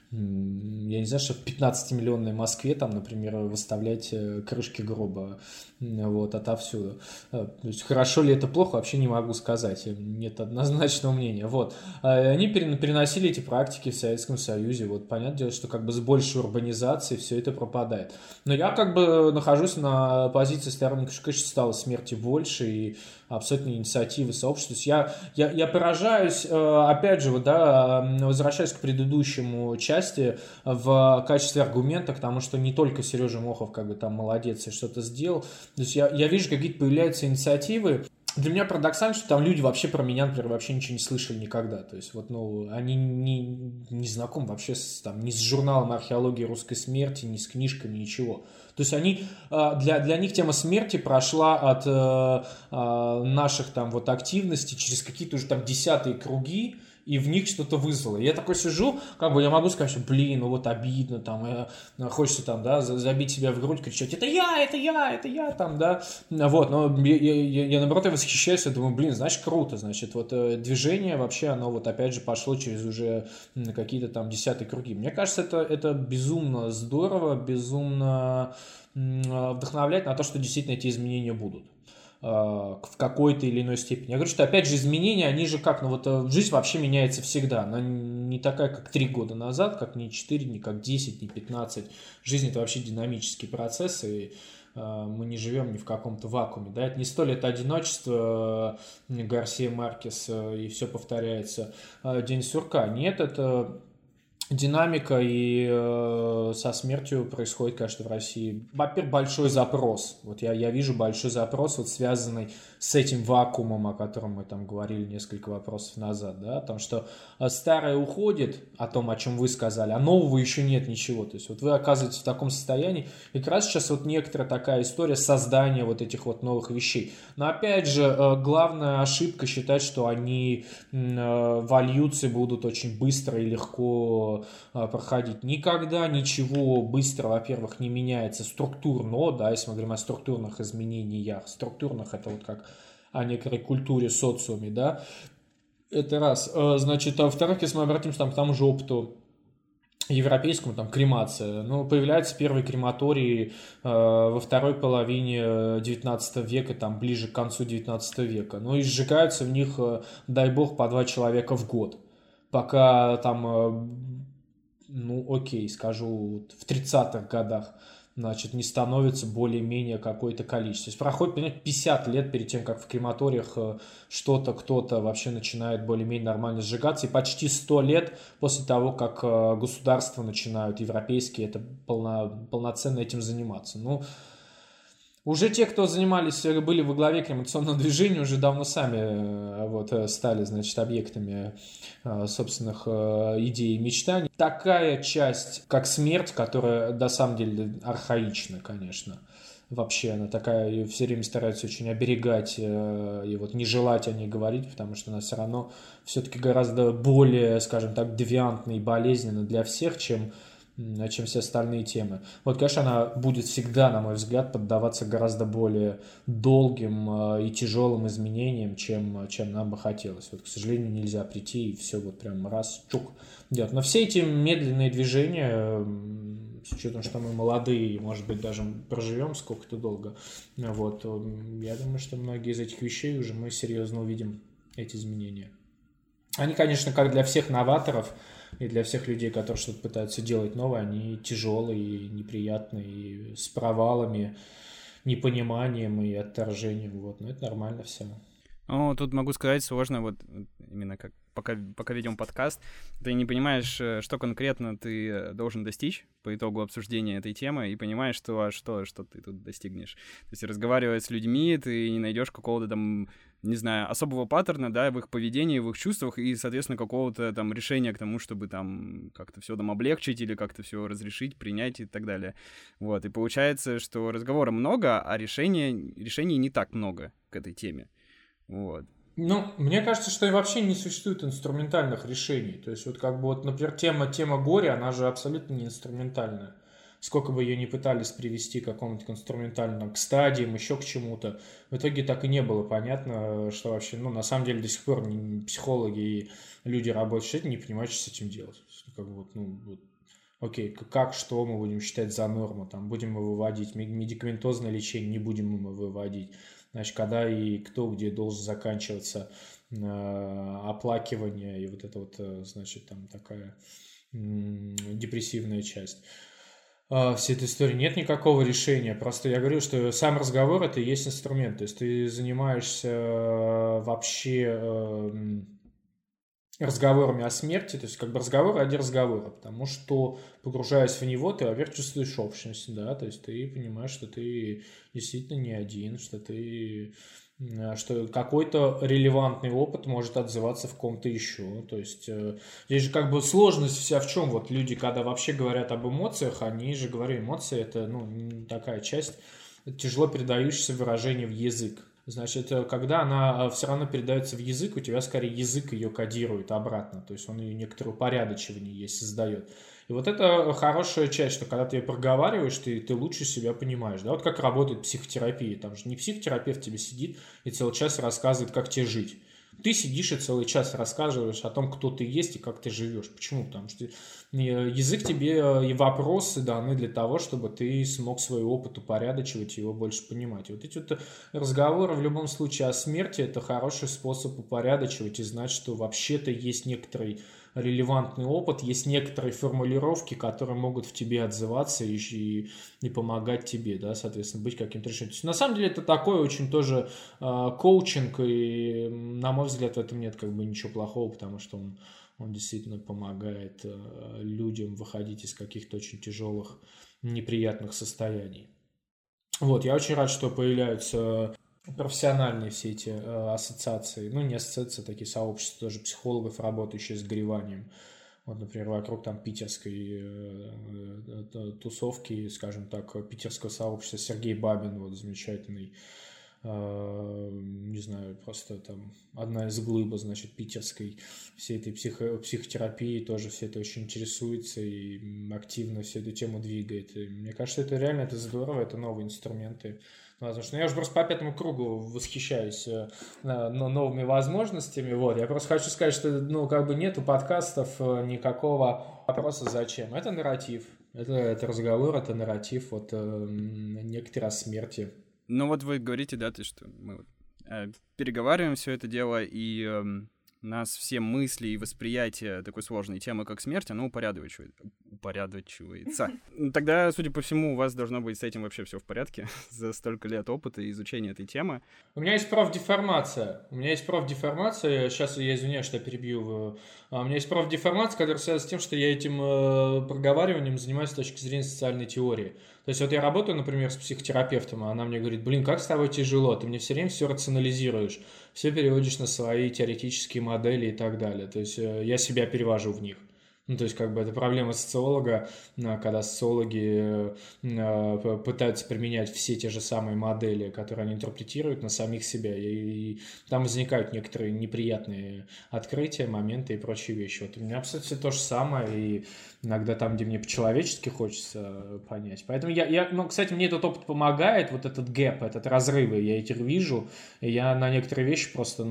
я не знаю, что в 15-миллионной Москве там, например, выставлять крышки гроба вот, отовсюду. То есть, хорошо ли это плохо, вообще не могу сказать. Нет однозначного мнения. Вот. Они переносили эти практики в Советском Союзе. Вот, понятное дело, что как бы с большей урбанизацией все это пропадает. Но я как бы нахожусь на позиции сторонников, что, конечно, стало смерти больше и абсолютно инициативы сообщества. То есть я поражаюсь, опять же, вот, да, возвращаясь к предыдущему части в качестве аргумента к тому, что не только Сережа Мохов как бы там молодец и что-то сделал. То есть я вижу, какие-то появляются инициативы. Для меня парадоксально, что там люди вообще про меня, например, вообще ничего не слышали никогда. То есть вот, ну, они не знакомы вообще ни с журналом археологии русской смерти, ни с книжками, ничего. То есть они, для них тема смерти прошла от наших там вот активностей через какие-то уже там десятые круги, и в них что-то вызвало. Я такой сижу, как бы я могу сказать, что, блин, ну вот обидно, там, хочется там, да, забить себя в грудь, кричать, это я, там, да, вот, но я наоборот, восхищаюсь, я думаю, блин, значит, круто, значит, вот движение вообще, оно вот опять же пошло через уже какие-то там десятые круги. Мне кажется, это безумно здорово, безумно вдохновляет на то, что действительно эти изменения будут в какой-то или иной степени. Я говорю, что опять же изменения, они же как, ну вот жизнь вообще меняется всегда. Она не такая, как 3 года назад, как не 4, не как 10, не 15. Жизнь — это вообще динамический процесс, и мы не живем ни в каком-то вакууме, да, это не 100 лет одиночества, Гарсия Маркес, и все повторяется, День сурка. Нет, это динамика, и со смертью происходит, конечно, в России. Во-первых, большой запрос. Вот я вижу большой запрос, вот связанный с этим вакуумом, о котором мы там говорили несколько вопросов назад, да, о том, что старое уходит, о том, о чем вы сказали, а нового еще нет ничего. То есть вот вы оказываетесь в таком состоянии, и как раз сейчас вот некоторая такая история создания вот этих вот новых вещей. Но опять же, главная ошибка считать, что они вольются и будут очень быстро и легко проходить. Никогда ничего быстро, во-первых, не меняется структурно, да, если мы говорим о структурных изменениях. Структурных — это вот как о некой культуре, социуме, да. Это раз. Значит, а во-вторых, если мы обратимся там, к тому же опыту европейскому, там, кремация. Ну, появляются первые крематории во второй половине 19 века, там, ближе к концу 19 века. Ну, и сжигаются в них, дай бог, по 2 человека в год. Пока там, ну, окей, скажу, в 30-х годах, значит, не становится более-менее какое-то количество. То есть проходит, понимаете, 50 лет перед тем, как в крематориях что-то, кто-то вообще начинает более-менее нормально сжигаться, и почти 100 лет после того, как государства начинают, европейские, это полноценно этим заниматься. Ну, уже те, кто занимались, были во главе кремационного движения, уже давно сами вот стали, значит, объектами собственных идей и мечтаний. Такая часть, как смерть, которая, на самом деле, архаична, конечно. Вообще она такая, ее все время стараются очень оберегать и вот не желать о ней говорить, потому что она все равно все-таки гораздо более, скажем так, девиантна и болезненна для всех, чем все остальные темы. Вот, конечно, она будет всегда, на мой взгляд, поддаваться гораздо более долгим и тяжелым изменениям, чем нам бы хотелось. Вот, к сожалению, нельзя прийти и все вот прям раз, чук, делать. Но все эти медленные движения, с учетом, что мы молодые и, может быть, даже проживем сколько-то долго, вот, я думаю, что многие из этих вещей уже мы серьезно увидим, эти изменения. Они, конечно, как для всех новаторов и для всех людей, которые что-то пытаются делать новое, они тяжелые, неприятные, и с провалами, непониманием и отторжением. Вот. Но это нормально все. Ну, тут могу сказать, сложно, вот именно как пока ведем подкаст, ты не понимаешь, что конкретно ты должен достичь по итогу обсуждения этой темы, и понимаешь, что ты тут достигнешь. То есть, разговаривая с людьми, ты не найдешь какого-то там, не знаю, особого паттерна, да, в их поведении, в их чувствах, и, соответственно, какого-то там решения к тому, чтобы там как-то все там облегчить или как-то все разрешить, принять и так далее. Вот, и получается, что разговора много, а решений не так много к этой теме. Вот. Ну, мне кажется, что и вообще не существует инструментальных решений. То есть, вот как бы, вот, например, тема горя, она же абсолютно не инструментальная. Сколько бы ее ни пытались привести к какому-то инструментальному, к стадиям, еще к чему-то, в итоге так и не было понятно, что вообще, ну, на самом деле, до сих пор психологи и люди, работающие с этим, не понимают, что с этим делать. Как бы, вот, ну, вот, окей, что мы будем считать за норму, там, будем мы выводить медикаментозное лечение, не будем мы выводить. Значит, когда и кто где должен заканчиваться оплакивание и вот это вот, значит, там такая депрессивная часть. Всей этой истории нет никакого решения. Просто я говорю, что сам разговор — это и есть инструмент. То есть ты занимаешься вообще разговорами о смерти, то есть как бы разговор ради разговора, потому что, погружаясь в него, ты, во-первых, чувствуешь общность, да, то есть ты понимаешь, что ты действительно не один, что какой-то релевантный опыт может отзываться в ком-то еще, то есть здесь же как бы сложность вся в чем, вот люди, когда вообще говорят об эмоциях, они же говорят, эмоции — это, ну, такая часть, тяжело передающаяся выражение в язык. Значит, когда она все равно передается в язык, у тебя скорее язык ее кодирует обратно, то есть он ее некоторое упорядочивание ей создает. И вот это хорошая часть, что когда ты ее проговариваешь, ты лучше себя понимаешь. Да? Вот как работает психотерапия. Там же не психотерапевт тебе сидит и целый час рассказывает, как тебе жить. Ты сидишь и целый час рассказываешь о том, кто ты есть и как ты живешь. Почему? Потому что язык тебе и вопросы даны для того, чтобы ты смог свой опыт упорядочивать и его больше понимать. И вот эти вот разговоры в любом случае о смерти — это хороший способ упорядочивать и знать, что вообще-то есть некоторый релевантный опыт, есть некоторые формулировки, которые могут в тебе отзываться и помогать тебе, да, соответственно, быть каким-то решением. То есть, на самом деле это такой очень тоже коучинг, и, на мой взгляд, в этом нет как бы ничего плохого, потому что он действительно помогает людям выходить из каких-то очень тяжелых, неприятных состояний. Вот, я очень рад, что появляются профессиональные все эти ассоциации, ну, не ассоциации, такие сообщества тоже психологов, работающих с гореванием. Вот, например, вокруг там питерской тусовки, скажем так, питерского сообщества Сергей Бабин, вот, замечательный, не знаю, просто там одна из глыб, значит, питерской всей этой психотерапии, тоже все это очень интересуется и активно всю эту тему двигает. И мне кажется, это реально, это здорово, это новые инструменты. Потому что я уже просто по пятому кругу восхищаюсь новыми возможностями. Вот. Я просто хочу сказать, что ну, как бы нету подкастов никакого вопроса зачем. Это нарратив, это разговор, это нарратив, вот некоторые о смерти. Ну вот вы говорите, да, что мы переговариваем все это дело, и нас все мысли и восприятие такой сложной темы, как смерть, оно упорядочивается. Тогда, судя по всему, у вас должно быть с этим вообще все в порядке за столько лет опыта и изучения этой темы. У меня есть профдеформация. Сейчас я извиняюсь, что я перебью. У меня есть профдеформация, которая связана с тем, что я этим проговариванием занимаюсь с точки зрения социальной теории. То есть вот я работаю, например, с психотерапевтом, а она мне говорит, как с тобой тяжело, ты мне все время все рационализируешь, все переводишь на свои теоретические модели и так далее. То есть я себя перевожу в них. Ну, то есть, как бы, это проблема социолога, когда социологи пытаются применять все те же самые модели, которые они интерпретируют на самих себя, и там возникают некоторые неприятные открытия, моменты и прочие вещи. Вот у меня абсолютно то же самое, и иногда там, где мне по-человечески хочется понять. Поэтому кстати, мне этот опыт помогает, вот этот гэп, этот разрыв, я эти вижу, и я на некоторые вещи просто,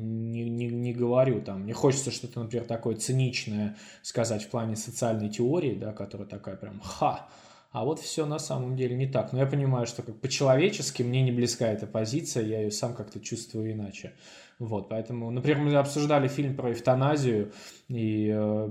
не говорю там. Мне хочется что-то, например, такое циничное сказать в плане социальной теории, да, которая такая прям а вот все на самом деле не так. Но я понимаю, что как по-человечески мне не близка эта позиция, я ее сам как-то чувствую иначе. Вот, поэтому, например, мы обсуждали фильм про эвтаназию, и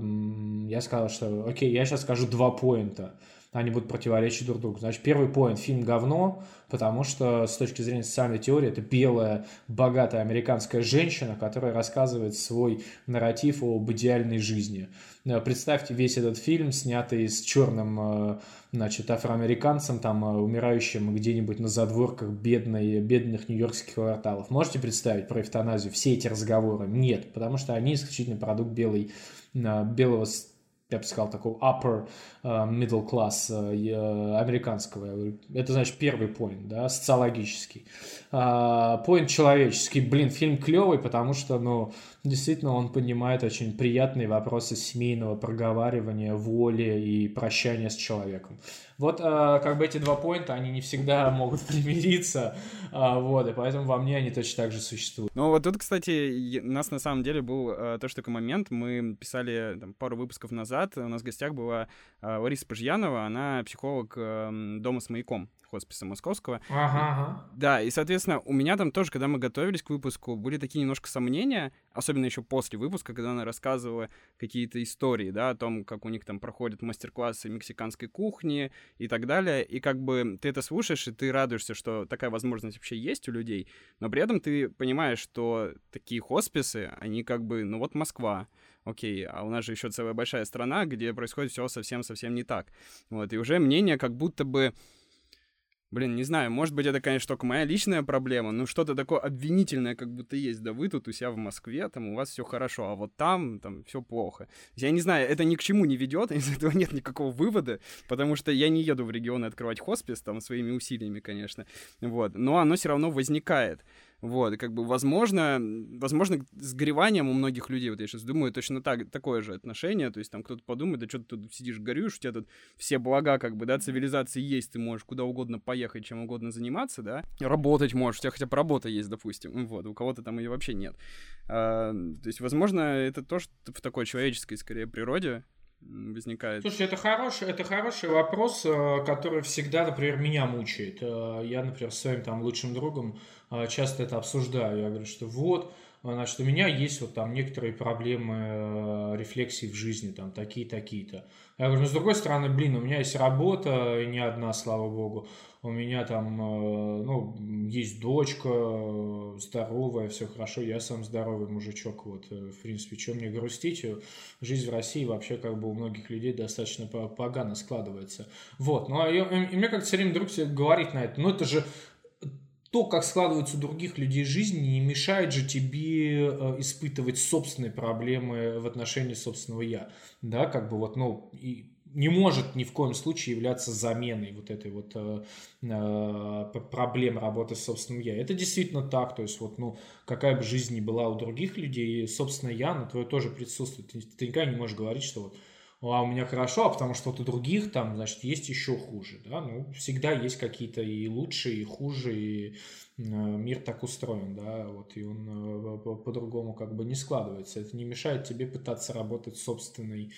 я сказал, что окей, я сейчас скажу 2 поинта. Они будут противоречить друг другу. Значит, первый поинт – фильм говно, потому что с точки зрения социальной теории это белая, богатая американская женщина, которая рассказывает свой нарратив об идеальной жизни. Представьте весь этот фильм, снятый с черным, афроамериканцем, там, умирающим где-нибудь на задворках бедных нью-йоркских кварталов. Можете представить про эвтаназию все эти разговоры? Нет, потому что они исключительно продукт белого, я бы сказал, такого upper middle class американского. Это, значит, первый поинт, да, социологический. Поинт человеческий. Фильм клевый, потому что, действительно, он поднимает очень приятные вопросы семейного проговаривания, воли и прощания с человеком. Вот, как бы эти 2 поинта, они не всегда могут примириться, и поэтому во мне они точно так же существуют. Ну, вот тут, кстати, у нас на самом деле был тоже такой момент, мы писали пару выпусков назад, у нас в гостях была Лариса Пожьянова, она психолог дома с маяком, хосписа московского. Ага. Да, и, соответственно, у меня там тоже, когда мы готовились к выпуску, были такие немножко сомнения, особенно еще после выпуска, когда она рассказывала какие-то истории, да, о том, как у них там проходят мастер-классы мексиканской кухни и так далее, и как бы ты это слушаешь, и ты радуешься, что такая возможность вообще есть у людей, но при этом ты понимаешь, что такие хосписы, они как бы, Москва, окей, а у нас же еще целая большая страна, где происходит все совсем-совсем не так. Вот, и уже мнение как будто бы, не знаю, может быть, это, конечно, только моя личная проблема, но что-то такое обвинительное как будто есть. Да вы тут у себя в Москве, там у вас все хорошо, а вот там все плохо. Я не знаю, это ни к чему не ведет, из этого нет никакого вывода, потому что я не еду в регионы открывать хоспис, там, своими усилиями, конечно, вот, но оно все равно возникает. Вот, и как бы, возможно, с гореванием у многих людей, вот я сейчас думаю, точно такое же отношение, то есть там кто-то подумает, да что ты тут сидишь, горюешь, у тебя тут все блага, как бы, да, цивилизации есть, ты можешь куда угодно поехать, чем угодно заниматься, да, работать можешь, у тебя хотя бы работа есть, допустим, вот, у кого-то там ее вообще нет. То есть, возможно, это тоже в такой человеческой, скорее, природе возникает. Слушай, это хороший вопрос, который всегда, например, меня мучает. Я, например, с своим там лучшим другом часто это обсуждаю. Я говорю, что значит, у меня есть вот там некоторые проблемы рефлексии в жизни, там такие-такие-то. Я говорю, ну, с другой стороны, блин, у меня есть работа, не одна, слава богу. У меня там, есть дочка здоровая, все хорошо, я сам здоровый мужичок, вот, в принципе, что мне грустить? Жизнь в России вообще как бы у многих людей достаточно погано складывается. Вот, и мне как-то все время друг себе говорит на это, это же то, как складываются у других людей жизни, не мешает же тебе испытывать собственные проблемы в отношении собственного «я». Да, как бы и не может ни в коем случае являться заменой вот этой вот проблемы работы с собственным «я». Это действительно так, то есть какая бы жизнь ни была у других людей, собственно, «я» на твое тоже присутствует. Ты никогда не можешь говорить, что а у меня хорошо, а потому что у других там, значит, есть еще хуже, да, всегда есть какие-то и лучшие, и хуже, и мир так устроен, да, и он по-другому как бы не складывается. Это не мешает тебе пытаться работать собственными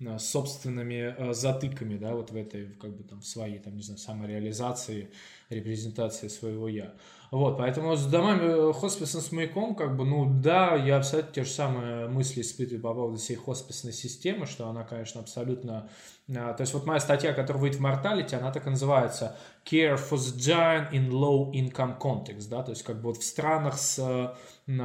затыками, да, в этой, как бы в своей, не знаю, самореализации, репрезентации своего «я». Поэтому с домами хосписом с маяком, да, я абсолютно те же самые мысли испытываю по поводу всей хосписной системы, что она, конечно, абсолютно... То есть моя статья, которая выйдет в Mortality, она так и называется «Care for the Dying in Low Income Context», да, то есть в странах с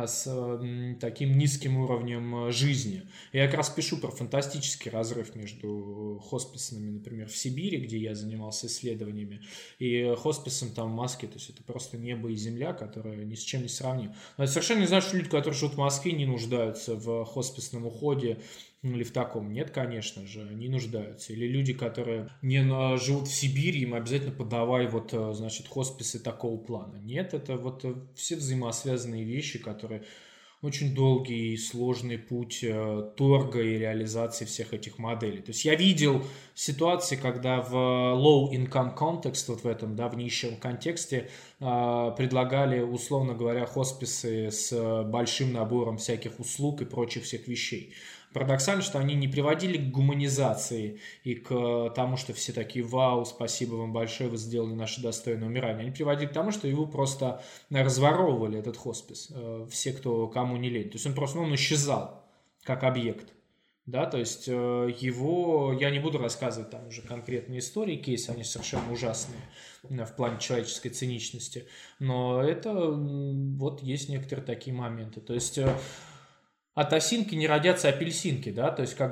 таким низким уровнем жизни. Я как раз пишу про фантастический разрыв между хосписами, например, в Сибири, где я занимался исследованиями, и хосписом там в Москве. То есть это просто небо и земля, которые ни с чем не сравнимы. Но это совершенно не значит, что люди, которые живут в Москве, не нуждаются в хосписном уходе или в таком. Нет, конечно же, не нуждаются. Или люди, которые не живут в Сибири, им обязательно подавай хосписы такого плана. Нет, это все взаимосвязанные вещи, которые очень долгий и сложный путь торга и реализации всех этих моделей. То есть я видел ситуации, когда в low income context, в этом, да, в нищем контексте предлагали, условно говоря, хосписы с большим набором всяких услуг и прочих всех вещей. Парадоксально, что они не приводили к гуманизации и к тому, что все такие: вау, спасибо вам большое, вы сделали наше достойное умирание. Они приводили к тому, что его просто разворовывали, этот хоспис, все, кому не лень. То есть он просто исчезал как объект. Да, то есть его, я не буду рассказывать там уже конкретные истории, кейсы, они совершенно ужасные в плане человеческой циничности, но это есть некоторые такие моменты. То есть от осинки не родятся апельсинки, да, то есть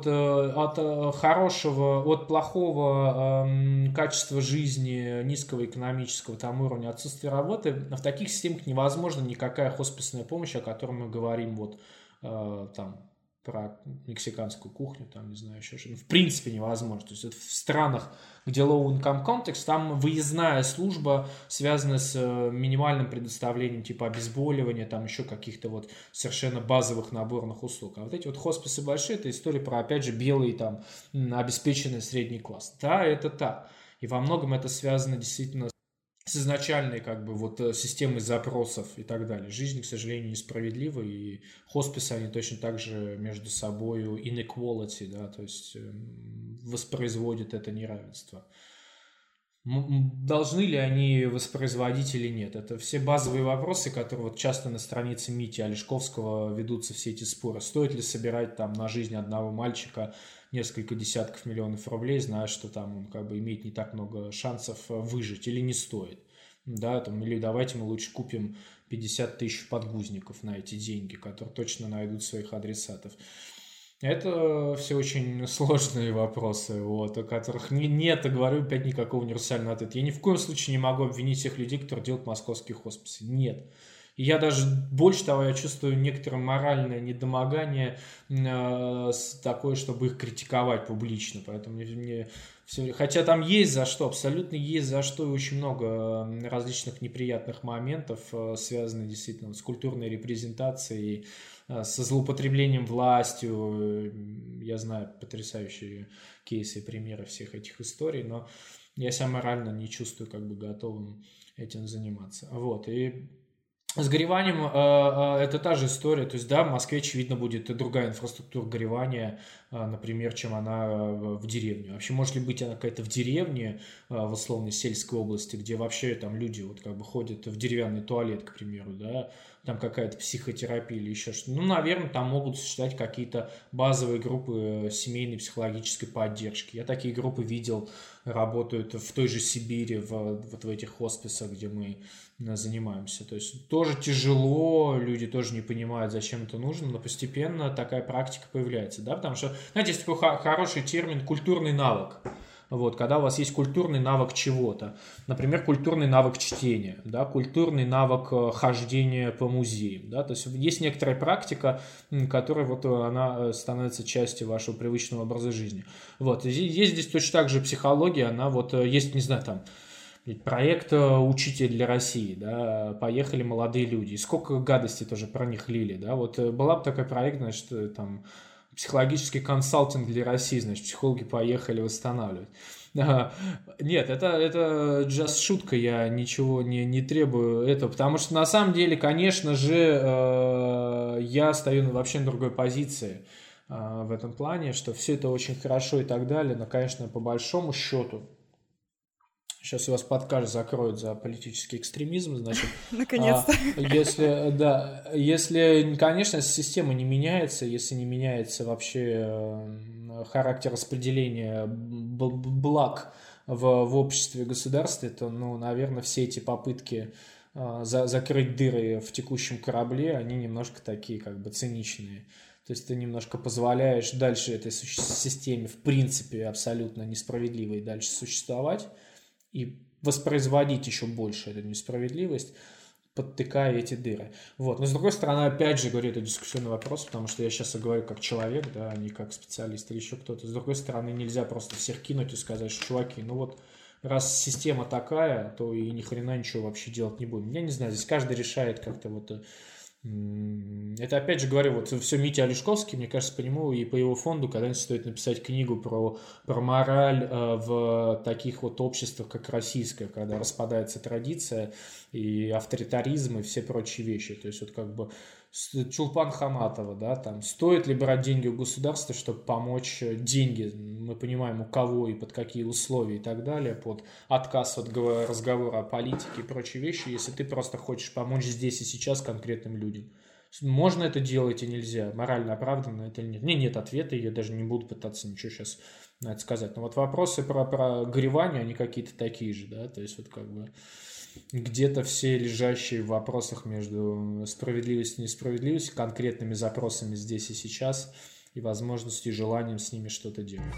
от хорошего, от плохого качества жизни, низкого экономического уровня, отсутствия работы, в таких системах невозможна никакая хосписная помощь, о которой мы говорим про мексиканскую кухню, не знаю, еще что-то. В принципе невозможно. То есть это в странах, где low income context, там выездная служба, связанная с минимальным предоставлением типа обезболивания, еще каких-то совершенно базовых наборных услуг. А эти хосписы большие, это история про, опять же, белый обеспеченный средний класс. Да, это так. И во многом это связано действительно с изначальной системой запросов и так далее. Жизнь, к сожалению, несправедлива, и хосписы, они точно так же между собой inequality, да, то есть воспроизводят это неравенство. Должны ли они воспроизводить или нет? Это все базовые вопросы, которые часто на странице Мити Олешковского ведутся все эти споры. Стоит ли собирать на жизнь одного мальчика несколько десятков миллионов рублей, зная, что он имеет не так много шансов выжить, или не стоит? Да, или давайте мы лучше купим 50 тысяч подгузников на эти деньги, которые точно найдут своих адресатов. Это все очень сложные вопросы, о которых нет, говорю, опять никакого универсального ответа. Я ни в коем случае не могу обвинить всех людей, которые делают московские хосписы. Нет. И я даже, больше того, я чувствую некоторое моральное недомогание такое, чтобы их критиковать публично. Поэтому мне все... Хотя там есть за что, абсолютно есть за что, и очень много различных неприятных моментов, связанных действительно с культурной репрезентацией, со злоупотреблением властью. Я знаю потрясающие кейсы и примеры всех этих историй, но я себя морально не чувствую готовым этим заниматься. И с гореванием это та же история. То есть, да, в Москве, очевидно, будет другая инфраструктура горевания, например, чем она в деревне. Вообще, может ли быть она какая-то в деревне, в условной сельской области, где вообще люди ходят в деревянный туалет, к примеру, да, там какая-то психотерапия или еще что-то. Ну, наверное, там могут существовать какие-то базовые группы семейной психологической поддержки. Я такие группы видел, работают в той же Сибири, вот в этих хосписах, где мы занимаемся. То есть тоже тяжело, люди тоже не понимают, зачем это нужно, но постепенно такая практика появляется, да, потому что, знаете, есть такой хороший термин «культурный навык». Вот, когда у вас есть культурный навык чего-то, например, культурный навык чтения, да, культурный навык хождения по музеям, да, то есть есть некоторая практика, которая вот она становится частью вашего привычного образа жизни. Вот, есть здесь точно так же психология, она вот есть, не знаю, там, проект «Учитель для России», да, поехали молодые люди, и сколько гадостей тоже про них лили, да, вот была бы такой проект, значит, там, психологический консалтинг для России, значит, психологи поехали восстанавливать. Нет, это just шутка, я ничего не требую этого, потому что на самом деле, конечно же, я стою вообще на другой позиции в этом плане, что все это очень хорошо и так далее, но, конечно, по большому счету, сейчас у вас подкаст закроют за политический экстремизм, значит... Наконец-то. Если, конечно, система не меняется, если не меняется вообще характер распределения благ в обществе и государстве, то, ну, наверное, все эти попытки закрыть дыры в текущем корабле, они немножко такие, как бы, циничные. То есть ты немножко позволяешь дальше этой системе, в принципе, абсолютно несправедливой, дальше существовать, и воспроизводить еще больше эту несправедливость, подтыкая эти дыры. Вот. Но с другой стороны, опять же, говорю, это дискуссионный вопрос, потому что я сейчас говорю как человек, да, а не как специалист или еще кто-то. С другой стороны, нельзя просто всех кинуть и сказать, что, чуваки, ну вот, раз система такая, то и ни хрена ничего вообще делать не будем. Я не знаю, здесь каждый решает как-то вот... Это, опять же, говорю, вот все Митя Олешковский, мне кажется, по нему и по его фонду когда-нибудь стоит написать книгу про мораль в таких вот обществах, как российское, когда распадается традиция и авторитаризм и все прочие вещи. То есть вот как бы Чулпан Хаматова, да, там, стоит ли брать деньги у государства, чтобы помочь деньги, мы понимаем, у кого и под какие условия и так далее, под отказ от разговора о политике и прочие вещи, если ты просто хочешь помочь здесь и сейчас конкретным людям. Можно это делать и нельзя, морально оправданно это или нет. Мне нет ответа, я даже не буду пытаться ничего сейчас на это сказать. Но вот вопросы про горевание, они какие-то такие же, да, то есть вот как бы... где-то все лежащие в вопросах между справедливостью и несправедливостью, конкретными запросами здесь и сейчас и возможностью и желанием с ними что-то делать.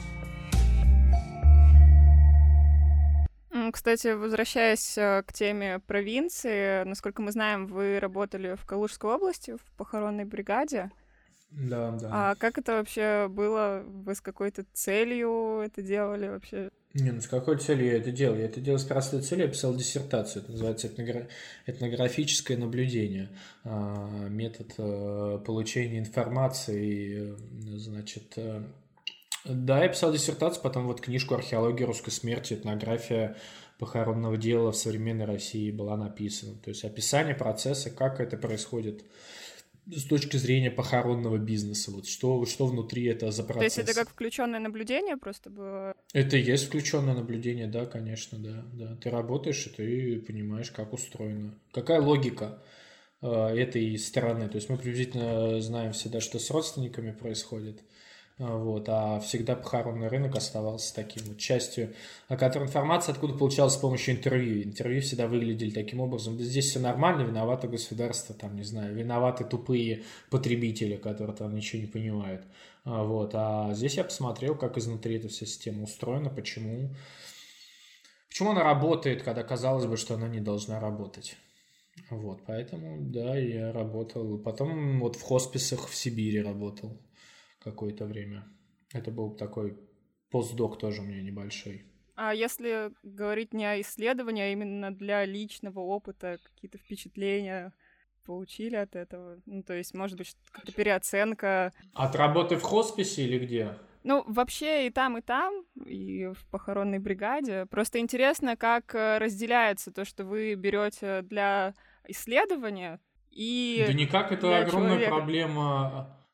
Кстати, возвращаясь к теме провинции, насколько мы знаем, вы работали в Калужской области в похоронной бригаде. Да. А как это вообще было? Вы с какой-то целью это делали вообще? Не, ну с какой целью я это делал? Я это делал с простой целью, я писал диссертацию, это называется этнографическое наблюдение, метод получения информации, значит... Да, я писал диссертацию, потом вот книжку «Археология русской смерти. Этнография похоронного дела в современной России» была написана. То есть описание процесса, как это происходит с точки зрения похоронного бизнеса. Вот что внутри это за процесс. То есть это как включенное наблюдение просто было? Это и есть включенное наблюдение, да, конечно, да. Ты работаешь, и ты понимаешь, как устроено. Какая логика этой стороны. То есть мы приблизительно знаем всегда, что с родственниками происходит. Вот, а всегда похоронный рынок оставался таким вот частью, о которой информация откуда получалась с помощью интервью. Интервью всегда выглядели таким образом. Да здесь все нормально, виновато государство, там, не знаю, виноваты тупые потребители, которые там ничего не понимают. Вот, а здесь я посмотрел, как изнутри эта вся система устроена, почему она работает, когда казалось бы, что она не должна работать. Вот, поэтому, да, я работал. Потом вот в хосписах в Сибири работал какое-то время. Это был такой постдок тоже у меня небольшой. А если говорить не о исследовании, а именно для личного опыта, какие-то впечатления получили от этого? Ну, то есть, может быть, какая-то переоценка. От работы в хосписе или где? Ну, вообще и там, и в похоронной бригаде. Просто интересно, как разделяется то, что вы берете для исследования и да никак, это огромная проблема.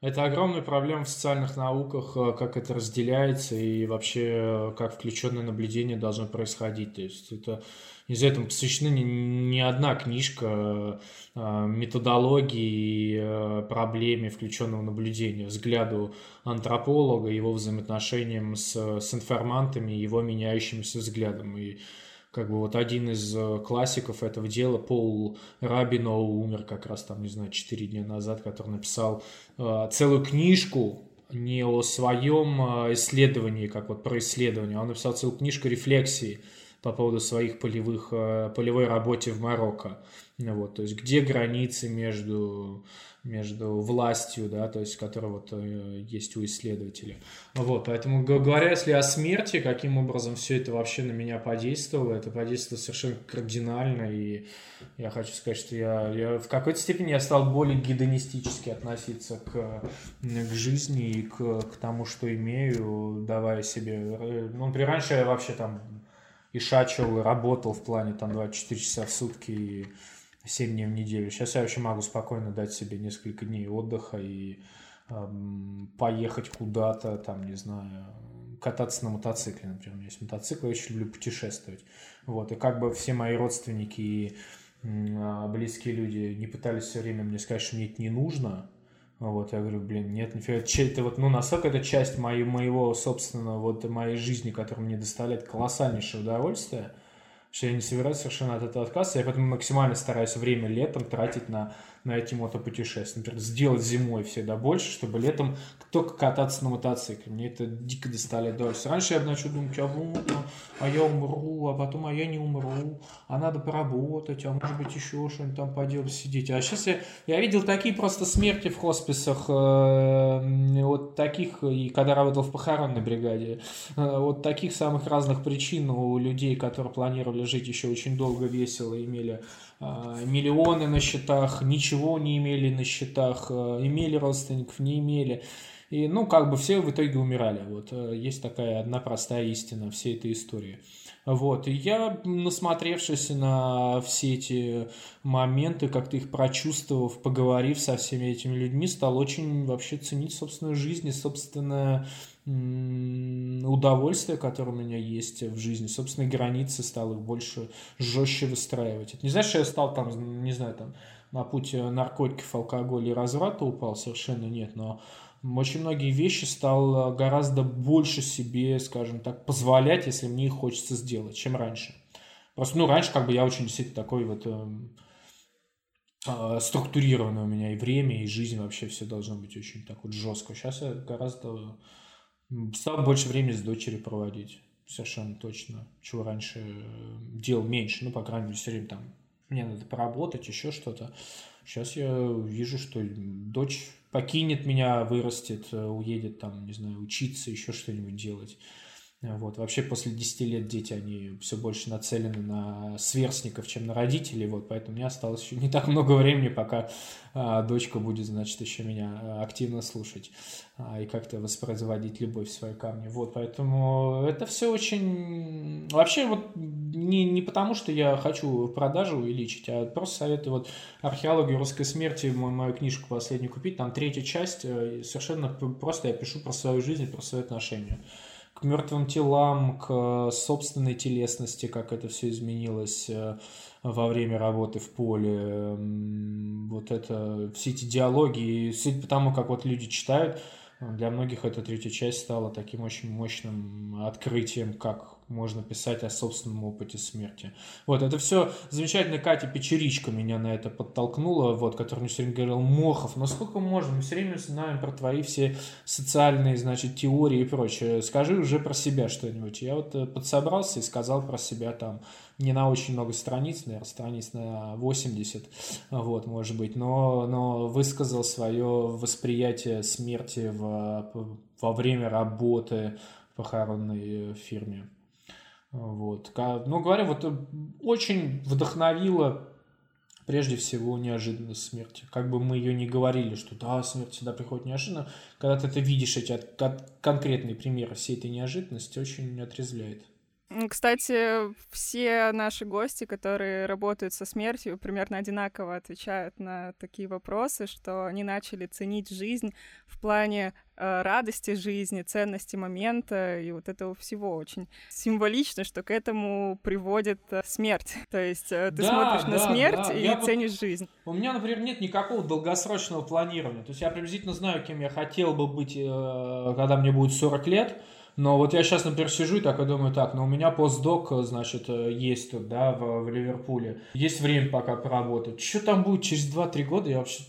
Это огромная проблема в социальных науках, как это разделяется и вообще как включенное наблюдение должно происходить. То есть это из этого посвящена не одна книжка методологии и проблеме включенного наблюдения, взгляду антрополога, его взаимоотношениям с информантами, его меняющимся взглядом. И как бы вот один из классиков этого дела, Пол Рабиноу, умер как раз там, не знаю, 4 дня назад, который написал целую книжку не о своем исследовании, как вот про исследование, а он написал целую книжку рефлексии по поводу своих полевой работе в Марокко. Вот, то есть где границы между властью, да, то есть, которая вот есть у исследователя. Вот, поэтому, говоря, если о смерти, каким образом все это вообще на меня подействовало, это подействовало совершенно кардинально, и я хочу сказать, что я в какой-то степени я стал более гедонистически относиться к жизни и к тому, что имею, давая себе... Ну, например, раньше я вообще там и шачил, и работал в плане там 24 часа в сутки, и 7 дней в неделю. Сейчас я вообще могу спокойно дать себе несколько дней отдыха и поехать куда-то, там, не знаю, кататься на мотоцикле, например. У меня есть мотоцикл, я очень люблю путешествовать. Вот, и как бы все мои родственники и близкие люди не пытались все время мне сказать, что мне это не нужно. Вот, я говорю, блин, нет, нифига, это вот, ну, настолько это часть моего собственного, вот, моей жизни, которая мне доставляет колоссальнейшее удовольствие, что я не собираюсь совершенно от этого отказываться. Я поэтому максимально стараюсь время летом тратить на эти мотопутешествия. Например, сделать зимой всегда больше, чтобы летом только кататься на мотоцикле. Мне это дико доставляет удовольствие. Раньше я бы начал думать, а я умру, а потом, а я не умру, а надо поработать, а может быть еще что-нибудь там поделать, сидеть. А сейчас я видел такие просто смерти в хосписах, вот таких, и когда работал в похоронной бригаде, вот таких самых разных причин у людей, которые планировали жить еще очень долго, весело, имели миллионы на счетах, ничего не имели на счетах, имели родственников, не имели. И, ну, как бы все в итоге умирали. Вот есть такая одна простая истина всей этой истории. Вот, и я, насмотревшись на все эти моменты, как-то их прочувствовав, поговорив со всеми этими людьми, стал очень вообще ценить собственную жизнь и собственное удовольствие, которое у меня есть в жизни, собственные границы, стал их больше, жестче выстраивать. Это не значит, что я стал там, не знаю, там на путь наркотиков, алкоголя и разврата упал, совершенно нет, но очень многие вещи стал гораздо больше себе, скажем так, позволять, если мне их хочется сделать, чем раньше. Просто, ну, раньше как бы я очень действительно такой вот структурированный у меня и время, и жизнь вообще все должно быть очень так вот жестко. Сейчас я гораздо стал больше времени с дочерью проводить, совершенно точно, чего раньше делал меньше, ну, по крайней мере, все время там мне надо поработать, еще что-то. Сейчас я вижу, что дочь покинет меня, вырастет, уедет там, не знаю, учиться, еще что-нибудь делать. Вот. Вообще после 10 лет дети, они все больше нацелены на сверстников, чем на родителей, вот, поэтому у меня осталось еще не так много времени, пока дочка будет, значит, еще меня активно слушать и как-то воспроизводить любовь в свои камни. Вот, поэтому это все очень... Вообще вот не потому, что я хочу продажу увеличить, а просто советую вот «Археологию русской смерти», мою книжку последнюю купить, там 3-я часть, совершенно просто я пишу про свою жизнь, про свои отношения. К мертвым телам, к собственной телесности, как это все изменилось во время работы в поле. Вот это, все эти диалоги, и судя по тому, как вот люди читают, для многих эта 3-я часть стала таким очень мощным открытием, как можно писать о собственном опыте смерти. Вот, это все замечательно. Катя Печеричка меня на это подтолкнула, вот, которая мне все время говорила: Мохов, ну сколько можно? Мы все время знаем про твои все социальные, значит, теории и прочее. Скажи уже про себя что-нибудь. Я вот подсобрался и сказал про себя там не на очень много страниц, наверное, страниц на 80, вот, может быть, но высказал свое восприятие смерти во время работы в похоронной фирме. Вот. Ну, говорю, вот очень вдохновила прежде всего неожиданность смерти. Как бы мы ее ни говорили, что да, смерть всегда приходит неожиданно, когда ты это видишь, эти конкретные примеры всей этой неожиданности, очень отрезвляет. Кстати, все наши гости, которые работают со смертью, примерно одинаково отвечают на такие вопросы, что они начали ценить жизнь в плане радости жизни, ценности момента и вот этого всего. Очень символично, что к этому приводит смерть. То есть ты смотришь на смерть и ценишь жизнь. У меня, например, нет никакого долгосрочного планирования. То есть я приблизительно знаю, кем я хотел бы быть, когда мне будет 40 лет. Но вот я сейчас, например, сижу и так и думаю, так, ну у меня постдок, значит, есть тут, да, в Ливерпуле. Есть время пока поработать. Что там будет через 2-3 года, я вообще...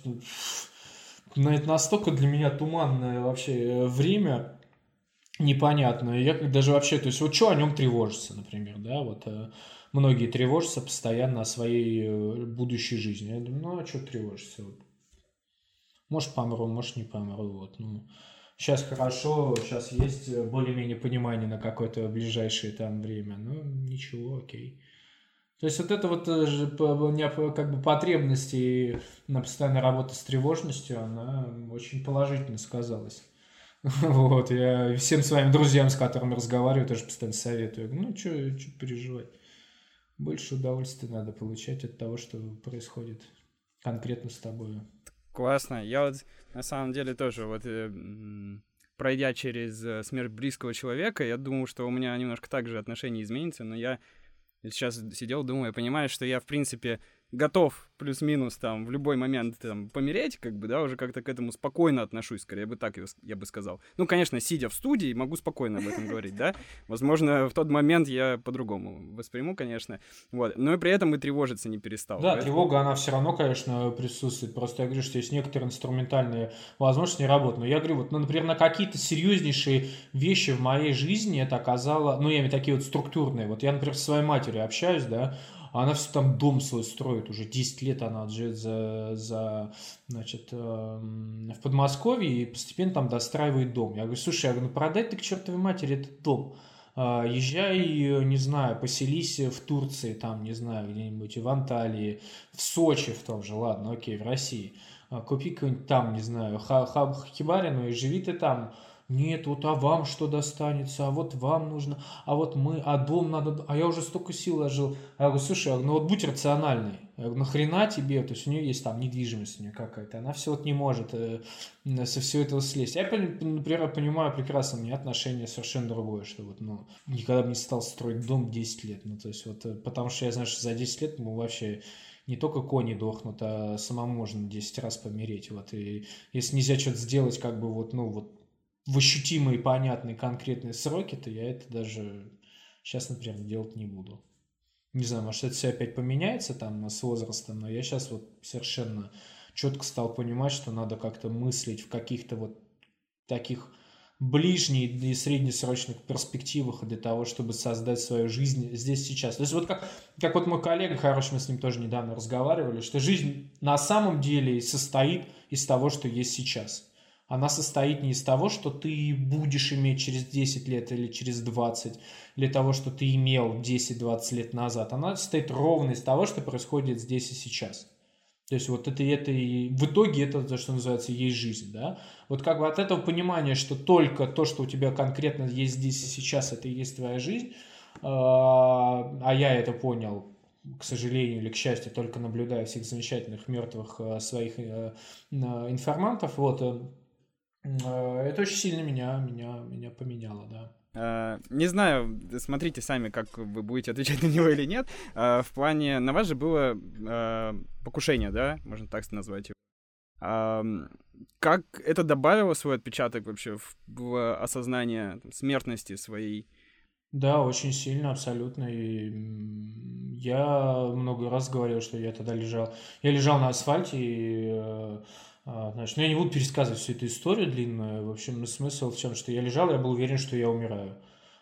Это настолько для меня туманное вообще время, непонятное. Я даже вообще, то есть вот что о нем тревожиться, например, да, вот многие тревожатся постоянно о своей будущей жизни. Я думаю, ну а что тревожиться? Вот. Может помру, может не помру, вот, ну... Сейчас хорошо, сейчас есть более-менее понимание на какое-то ближайшее там время. Ну, ничего, окей. То есть вот это вот как бы потребность на постоянной работе с тревожностью, она очень положительно сказалась. Вот, я всем своим друзьям, с которыми разговариваю, тоже постоянно советую. Ну, что переживать? Больше удовольствия надо получать от того, что происходит конкретно с тобой. Классно. Я вот на самом деле тоже вот пройдя через смерть близкого человека, я думал, что у меня немножко так же отношение изменится, но я сейчас сидел, думаю, я понимаю, что я, в принципе, готов плюс-минус там в любой момент там помереть, как бы, да, уже как-то к этому спокойно отношусь, скорее бы так я бы сказал. Ну, конечно, сидя в студии, могу спокойно об этом говорить, да. Возможно, в тот момент я по-другому восприму, конечно, вот. Но и при этом и тревожиться не перестал. Да, поэтому... тревога, она все равно, конечно, присутствует. Просто я говорю, что есть некоторые инструментальные возможности не работают. Но я говорю, вот, ну, например, на какие-то серьезнейшие вещи в моей жизни это оказало, ну, я имею такие вот структурные. Вот я, например, со своей матерью общаюсь, да, она все там дом свой строит, уже 10 лет она живет значит, в Подмосковье и постепенно там достраивает дом. Я говорю, слушай, я говорю, ну продай ты к чертовой матери этот дом. Езжай, не знаю, поселись в Турции, там, не знаю, где-нибудь в Анталии, в Сочи в том же, ладно, окей, в России. Купи какой-нибудь там, не знаю, хибарину и живи ты там. Нет, вот а вам что достанется, а вот вам нужно, а вот мы, а дом надо, а я уже столько сил вложил. Я говорю, слушай, ну вот будь рациональный. Я говорю, нахрена тебе, то есть у нее есть там недвижимость у нее какая-то, она все вот не может со всего этого слезть. Я, например, понимаю прекрасно, у меня отношение совершенно другое, что вот, ну, никогда бы не стал строить дом 10 лет, ну, то есть вот, потому что я знаю, что за 10 лет мы вообще... Не только кони дохнут, а самому можно 10 раз помереть. Вот. И если нельзя что-то сделать, как бы вот, ну, вот, в ощутимые, понятные, конкретные сроки, то я это даже сейчас, например, делать не буду. Не знаю, может, это все опять поменяется там с возрастом, но я сейчас вот совершенно четко стал понимать, что надо как-то мыслить в каких-то вот таких ближних и среднесрочных перспективах для того, чтобы создать свою жизнь здесь сейчас. То есть вот как вот мой коллега хороший, мы с ним тоже недавно разговаривали, что жизнь на самом деле состоит из того, что есть сейчас. Она состоит не из того, что ты будешь иметь через 10 лет или через 20, или того, что ты имел 10-20 лет назад. Она состоит ровно из того, что происходит здесь и сейчас. То есть вот это и в итоге это то, что называется, есть жизнь, да. Вот как бы от этого понимания, что только то, что у тебя конкретно есть здесь и сейчас, это и есть твоя жизнь, а я это понял, к сожалению или к счастью, только наблюдая всех замечательных мертвых своих информантов, вот, это очень сильно меня поменяло, да. Не знаю, смотрите сами, как вы будете отвечать на него или нет. В плане, на вас же было покушение, да? Можно так назвать его. Как это добавило свой отпечаток вообще в осознание смертности своей? Да, очень сильно, абсолютно. И я много раз говорил, что я тогда лежал. Я лежал на асфальте и... Значит, я не буду пересказывать всю эту историю длинную. В общем, смысл в чем, что я лежал, я был уверен, что я умираю.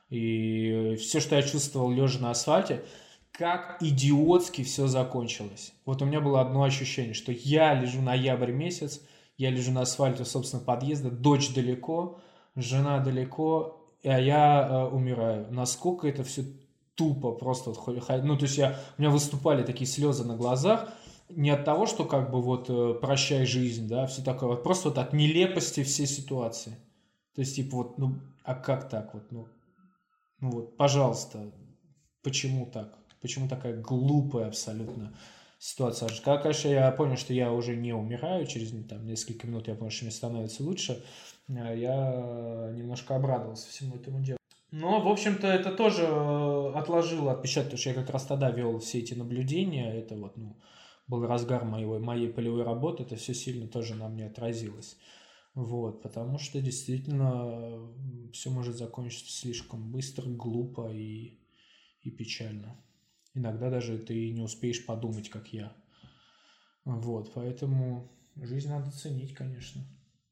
И все, что я чувствовал, лежа на асфальте, как идиотски все закончилось. Вот у меня было одно ощущение, что я лежу ноябрь месяц, я лежу на асфальте, собственно, подъезда, дочь далеко, жена далеко, а я умираю. Насколько это все тупо просто. Ну, то есть у меня выступали такие слезы на глазах, не от того, что как бы вот прощай жизнь, да, все такое, вот просто вот от нелепости всей ситуации. То есть, типа, вот, ну, а как так вот, ну вот, пожалуйста, почему так? Почему такая глупая абсолютно ситуация? Когда, конечно, я понял, что я уже не умираю, через там, несколько минут я понял, что мне становится лучше, я немножко обрадовался всему этому делу. Но, в общем-то, это тоже отложило отпечаток, потому что я как раз тогда вел все эти наблюдения, это вот, был разгар моей полевой работы, это все сильно тоже на мне отразилось. Вот, потому что действительно все может закончиться слишком быстро, глупо и печально. Иногда даже ты не успеешь подумать, как я. Вот, поэтому жизнь надо ценить, конечно.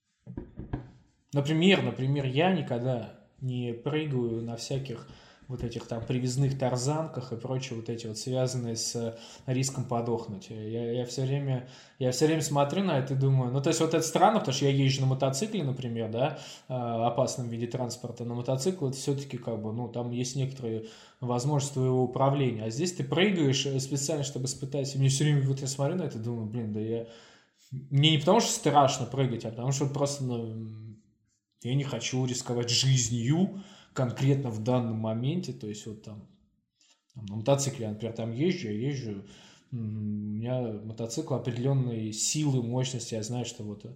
Например, я никогда не прыгаю на всяких вот этих там привязных тарзанках и прочее, вот эти вот связанные с риском подохнуть. Я все время смотрю на это и думаю, то есть вот это странно, потому что я езжу на мотоцикле, например, да, опасном виде транспорта, но мотоцикл это все-таки как бы, там есть некоторые возможности твоего управления, а здесь ты прыгаешь специально, чтобы испытать, и мне все время, вот я смотрю на это и думаю, мне не потому что страшно прыгать, а потому что просто, я не хочу рисковать жизнью конкретно в данном моменте, то есть вот там на мотоцикле я, например, там езжу, у меня мотоцикл определенной силы, мощности, я знаю, что вот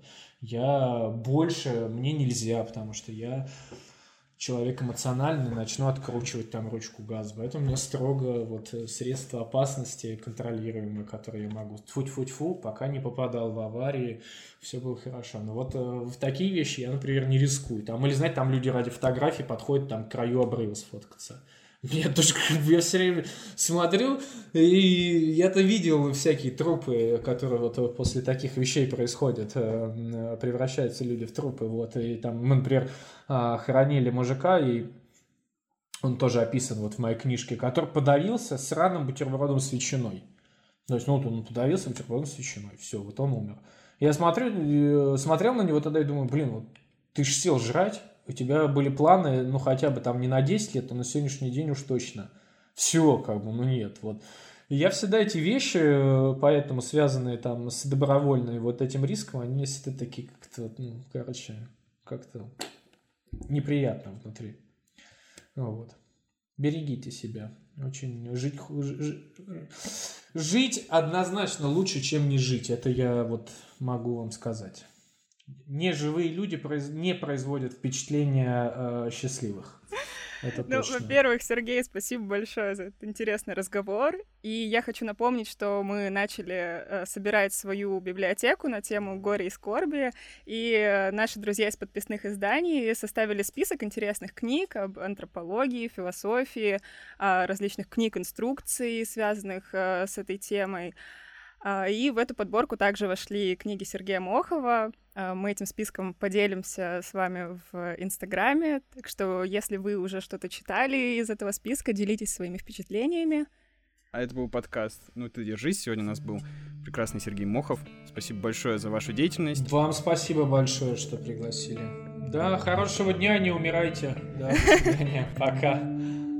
мне нельзя, потому что я человек эмоциональный, начну откручивать там ручку газа, поэтому у меня строго вот средства опасности контролируемые, которые я могу тьфу-тьфу-тьфу, пока не попадал в аварии, все было хорошо. Но вот в такие вещи я, например, не рискую. Или, знаете, там люди ради фотографий подходят там к краю обрыва сфоткаться. Я тоже, я все время смотрю, и я-то видел всякие трупы, которые вот после таких вещей происходят, превращаются люди в трупы, вот, и там мы, например, хоронили мужика, и он тоже описан вот в моей книжке, который подавился сраным бутербродом с ветчиной. То есть, он подавился бутербродом с ветчиной, все, вот он умер. Я смотрел на него тогда и думаю, вот ты ж сел жрать, у тебя были планы, хотя бы там не на 10 лет, а на сегодняшний день уж точно. Все, нет, вот. И я всегда эти вещи, поэтому связанные там с добровольным вот этим риском, они всегда такие как-то, как-то неприятно внутри. Вот. Берегите себя. Очень жить однозначно лучше, чем не жить. Это я вот могу вам сказать. Неживые люди не производят впечатления счастливых. Это точно. Во-первых, Сергей, спасибо большое за этот интересный разговор. И я хочу напомнить, что мы начали собирать свою библиотеку на тему горя и скорби. И наши друзья из подписных изданий составили список интересных книг об антропологии, философии, различных книг, инструкций, связанных с этой темой. И в эту подборку также вошли книги Сергея Мохова. Мы этим списком поделимся с вами в Инстаграме. Так что, если вы уже что-то читали из этого списка, делитесь своими впечатлениями. А это был подкаст «Ты держись». Сегодня у нас был прекрасный Сергей Мохов. Спасибо большое за вашу деятельность. Вам спасибо большое, что пригласили. Да, хорошего дня, не умирайте. Да, пока.